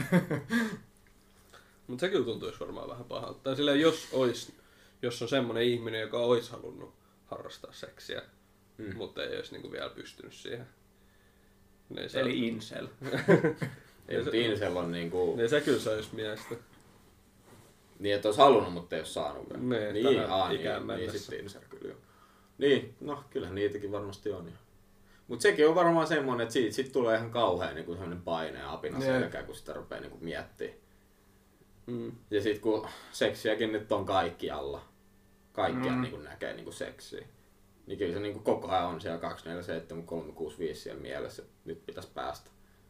Mutta se kyllä tuntuisi varmaan vähän pahalta. Tai silleen, jos, ois, jos on semmoinen ihminen, joka olisi halunnut harrastaa seksiä, mm. mutta ei olisi niinku vielä pystynyt siihen. Niin se eli on... incel. Ei, mutta incel on niinku... Niin se kyllä saisi miestä. Niin, että olisi halunnut, mutta ei ole saanut vielä. Nee, niin, aa, ikään niin, niin sitten incel kyllä jo. Niin, no kyllähän niitäkin varmasti on jo. Mutta sekin on varmaan semmoinen, että siitä sit tulee ihan kauhean niin semmoinen paine ja apina selkään, kun sitä rupeaa niin miettimään. Mm. Ja sit kun seksiäkin nyt on kaikkialla, kaikkia mm. niin näkee niin seksiä, niin kyllä se niin koko ajan on siellä kaksikymmentäneljä seitsemän kolme kuusi viisi siellä mielessä, että nyt pitäisi päästä.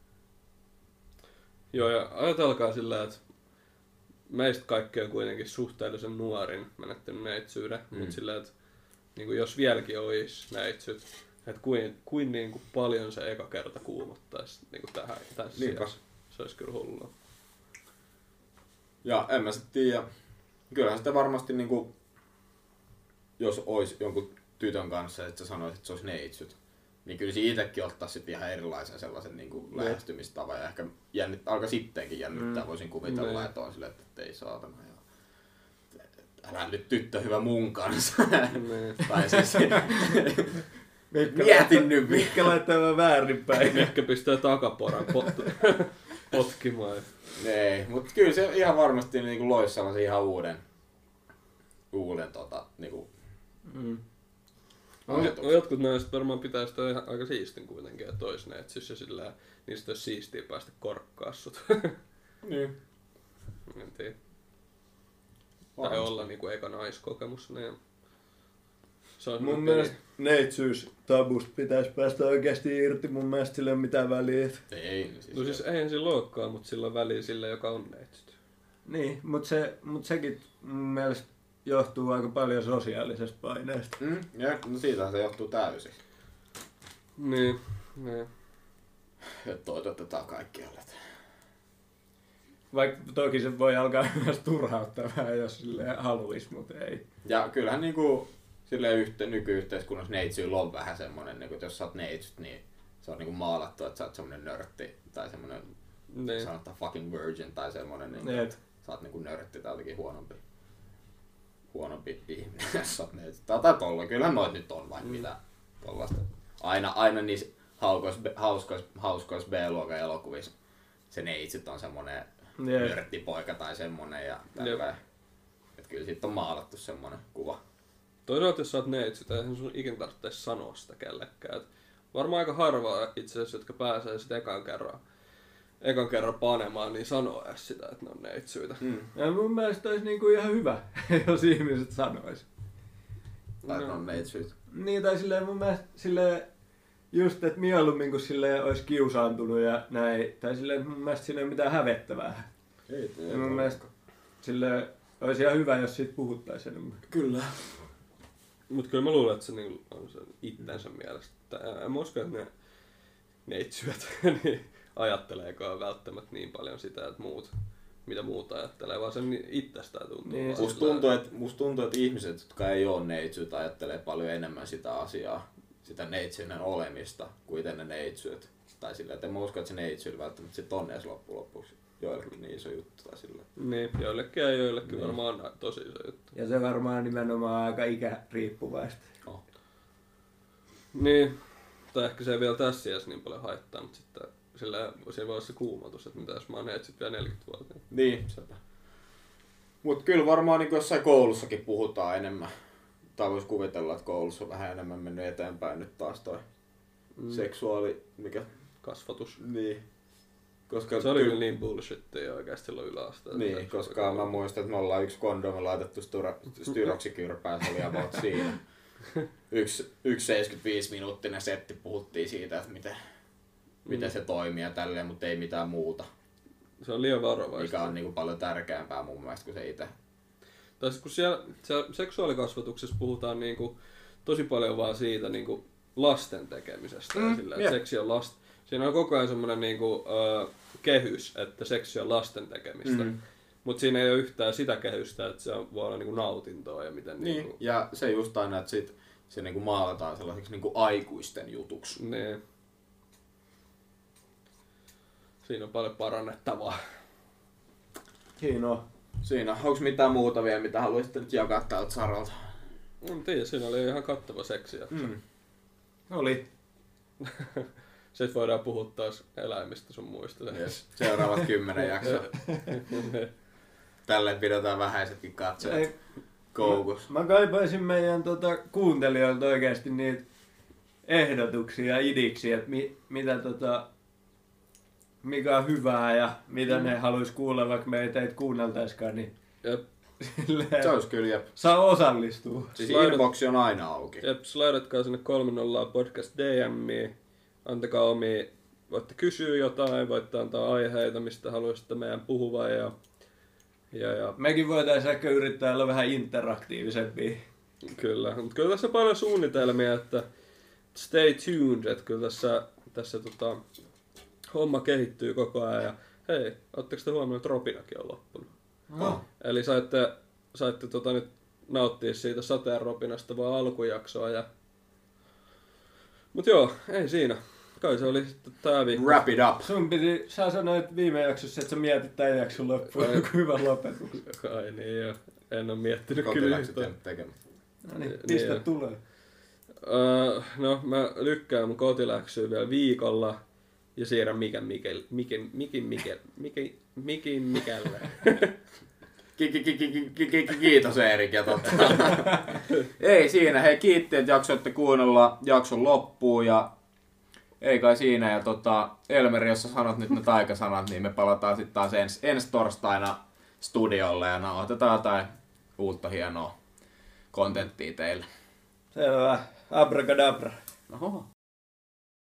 Joo, ja ajatelkaa sillä, että meistä kaikki on kuitenkin suhteellisen nuorin menettänyt neitsyyden, mm. mutta sillä, että niin kuin jos vieläkin olisi neitsyt, että kuin, kuin, niin kuin paljon se eka kerta kuumottaisi niin kuin tähän, tässä sijassa. Se olisi kyllä hullua. Ja en mä sitten tiedä. Kyllähän sitä varmasti, niin kuin, jos olisi jonkun tytön kanssa, että sä sanoisit, että se olisi neitsyt, niin kyllä se itsekin ottaa sitten ihan erilaisen sellaisen niin kuin lähestymistavan ja ehkä jännit, alkaa sittenkin jännittää, mm. voisin kuvitella, mm. että on silleen, että ei saatana. Ja älä nyt tyttö hyvä mun kanssa. Mm. tai siis mietin nyt. Mitkä laittaa väärinpäin. Ehkä pistää takaporan pot- potkimaan. Ei, mutta kyllä se ihan varmasti niin kuin loisi sellaisen ihan uuden, uuden tota, niin kuin mm. No, jotkut näistä varmaan pitää sitä ihan aika siistin kuitenkin, että ois neitsys ja sillä niistä olisi siistiä päästä korkkaa sut. Niin. En tiedä. Tai olla niinku eka naiskokemus. Niin se on mun mielestä neitsyys tabusta pitäisi päästä oikeasti irti. Mun mielestä sillä ei ole mitään väliä. Ei, niin siis no siis eihän sillä olekaan, mutta sillä on väliä sillä, joka on neitsyt. Niin, mutta se, mut sekin mun mielestä johtuu aika paljon sosiaalisesta paineesta. Mm, ja, no siitähän se johtuu täysin. Niin, niin. Että toitotetaan kaikkialle. Vaikka toki se voi alkaa myös turhauttaa vähän, jos silleen haluaisi, mutta ei. Ja kyllähän niinku silleen yhte, nykyyhteiskunnassa neitsyillä on vähän semmonen, että jos sä oot neitsyt, niin se on niinku maalattu, että sä oot semmonen nörtti tai semmonen niin. Sanotaan fucking virgin tai semmonen, niin että sä oot niinku nörtti tai jotenkin huonompi. huonompi ihminen, jos sä oot neitsyt. Tai tolla, kyllähän noit nyt on vain mm. mitä tollaista. Aina, aina niissä hauskoissa, hauskoissa, hauskoissa B-luokan elokuvissa se neitsyt on semmonen yeah. nörttipoika tai semmonen ja tälleen. Että kyllä siitä on maalattu semmonen kuva. Toisaalta jos sä oot neitsyt, eihän sun ikin tarvitse sanoa sitä kellekään. Et varmaan aika harvaa itse asiassa, jotka pääsee sitten ekan kerran, ekan kerran panemaan, niin sanoo edes sitä, että ne on neitsyitä. Mm. Ja mun mielestä olisi niinku ihan hyvä, jos ihmiset sanois. Tai no. on neitsyitä. Niin, tai silleen mun mielestä silleen, just, että mieluummin kun silleen olisi kiusaantunut ja näin, tai silleen, että mun mielestä siinä ei ole mitään hävettävää. Ei, ei ja mun mielestä silleen, olisi ihan hyvä, jos siitä puhuttaisiin enemmän. Kyllä. Mut kyllä mä luulen, että se niin on sen itsensä mielestä. En mä usko, että ne neitsyöt niin ajatteleekaan välttämättä niin paljon sitä, että muut, mitä muut ajattelee, vaan sen itsestään tuntuu. Niin, musta, tuntuu, että, musta tuntuu, että ihmiset, jotka ei ole neitsyt, ajattelee paljon enemmän sitä asiaa, sitä neitsyyden olemista, kuin ne neitsyt. Tai sillä, että en mä usko, että se neitsyys välttämättä sit on edes loppujen lopuksi joillekin niin iso juttu. Tai sillä. Niin, joillekin ja joillekin niin. varmaan on tosi iso juttu. Ja se varmaan nimenomaan aika ikäriippuvaista. Oh. Niin, tai ehkä se ei vielä tässä iässä niin paljon haittaa, mutta sitten sillä siinä voi olla se kuumotus, että mitä jos mä oon neitsyt vielä neljäkymmentä-vuotiaana. Niin, sepä. Mut kyllä varmaan niin jossain koulussakin puhutaan enemmän. Tai vois kuvitella, että koulussa on vähän enemmän mennyt eteenpäin nyt taas toi mm. seksuaali... mikä? Kasvatus. Niin. Koska se oli kyllä niin bullshittia oikeesti silloin yläasteella. Niin, koska mä muistan, että me ollaan yksi kondomi laitettu styroksikyrpään, se oli about siinä. Yksi, yksi seitsemänkymmentäviisi minuuttinen setti puhuttiin siitä, että miten, mm. miten se toimii ja tälleen, mutta ei mitään muuta. Se on liian varovaista. Mikä on niinku paljon tärkeämpää mun mielestä kuin se itse. Tai kun siellä siellä seksuaalikasvatuksessa puhutaan niinku tosi paljon vaan siitä niinku lasten tekemisestä. Mm, ja sillä, että seksi on last... Siinä on koko ajan semmoinen niinku, uh, kehys, että seksi on lasten tekemistä. Mm. Mutta siinä ei ole yhtään sitä kehystä, että se voi olla niinku nautintoa ja miten... Niin, niinku... ja se just aina, että sit, se niinku maalataan sellaiseksi niinku aikuisten jutuksi. Niin. Siinä on paljon parannettavaa. Siinä on. Siinä. Onko mitään muuta vielä, mitä haluaisitte nyt jakaa tältä saralta? En tiedä, siinä oli ihan kattava seksijakso. Mm. Oli. Sitten voidaan puhua taas eläimistä sun muista. Yes. Seuraavat kymmenen jaksoa. Tälleen pidetään vähäisetkin katsojat koukussa. Mä, mä kaipaisin meidän tota, kuuntelijoilta oikeasti niitä ehdotuksia ja idiksi, että mi, mitä tota, mikä on hyvää ja mitä mm. ne haluais kuulla, vaikka me ei teitä kuunneltaiskaan, niin jep. Se olisi kyllä, jep. Saa osallistua. Siis inboxi on aina auki. Jep, slaidatkaa sinne kolme nolla podcast D M:iin. Antakaa omia, voitte kysyä jotain, voitte antaa aiheita, mistä haluaisitte meidän puhuvan. Ja, ja, ja. Mekin voitaisiin ehkä yrittää olla vähän interaktiivisempia. Kyllä, mutta kyllä tässä on paljon suunnitelmia, että stay tuned, että kyllä tässä, tässä tota, homma kehittyy koko ajan. Ja hei, ootteko te huomannut, että Robinakin on loppunut? Oh. Eli saitte, saitte tota nyt nauttia siitä Sateen Robinasta vaan alkujaksoa. Ja... Mut joo, ei siinä. Kai se oli sitten tää viikko. Wrap it up. Sun piti, sä sanoit viime jaksossa, että sä mietit tän jakson loppuun. Joku hyvä lopetus. Ai niin joo. En oo miettinyt kyllä Kotiläksyt jäänyt tekemättä. No niin, pistä niin tulee. Uh, no mä lykkään mun kotiläksyä vielä viikolla. Ja siirrän Miken Mikel, Miken, Mikin Mikel, Mikin, Mikin Mikelle. Kiitos Erik ja totta. Ei siinä, hei kiitti, että jaksoitte kuunnella jakson loppuun ja ei kai siinä. Ja tota, Elmeri, jos sä sanot nyt ne taikasanat, niin me palataan sitten taas ens, ensi torstaina studiolle ja nauhoitetaan jotain uutta hienoa kontenttia teille. Selvä. Abracadabra. Oho.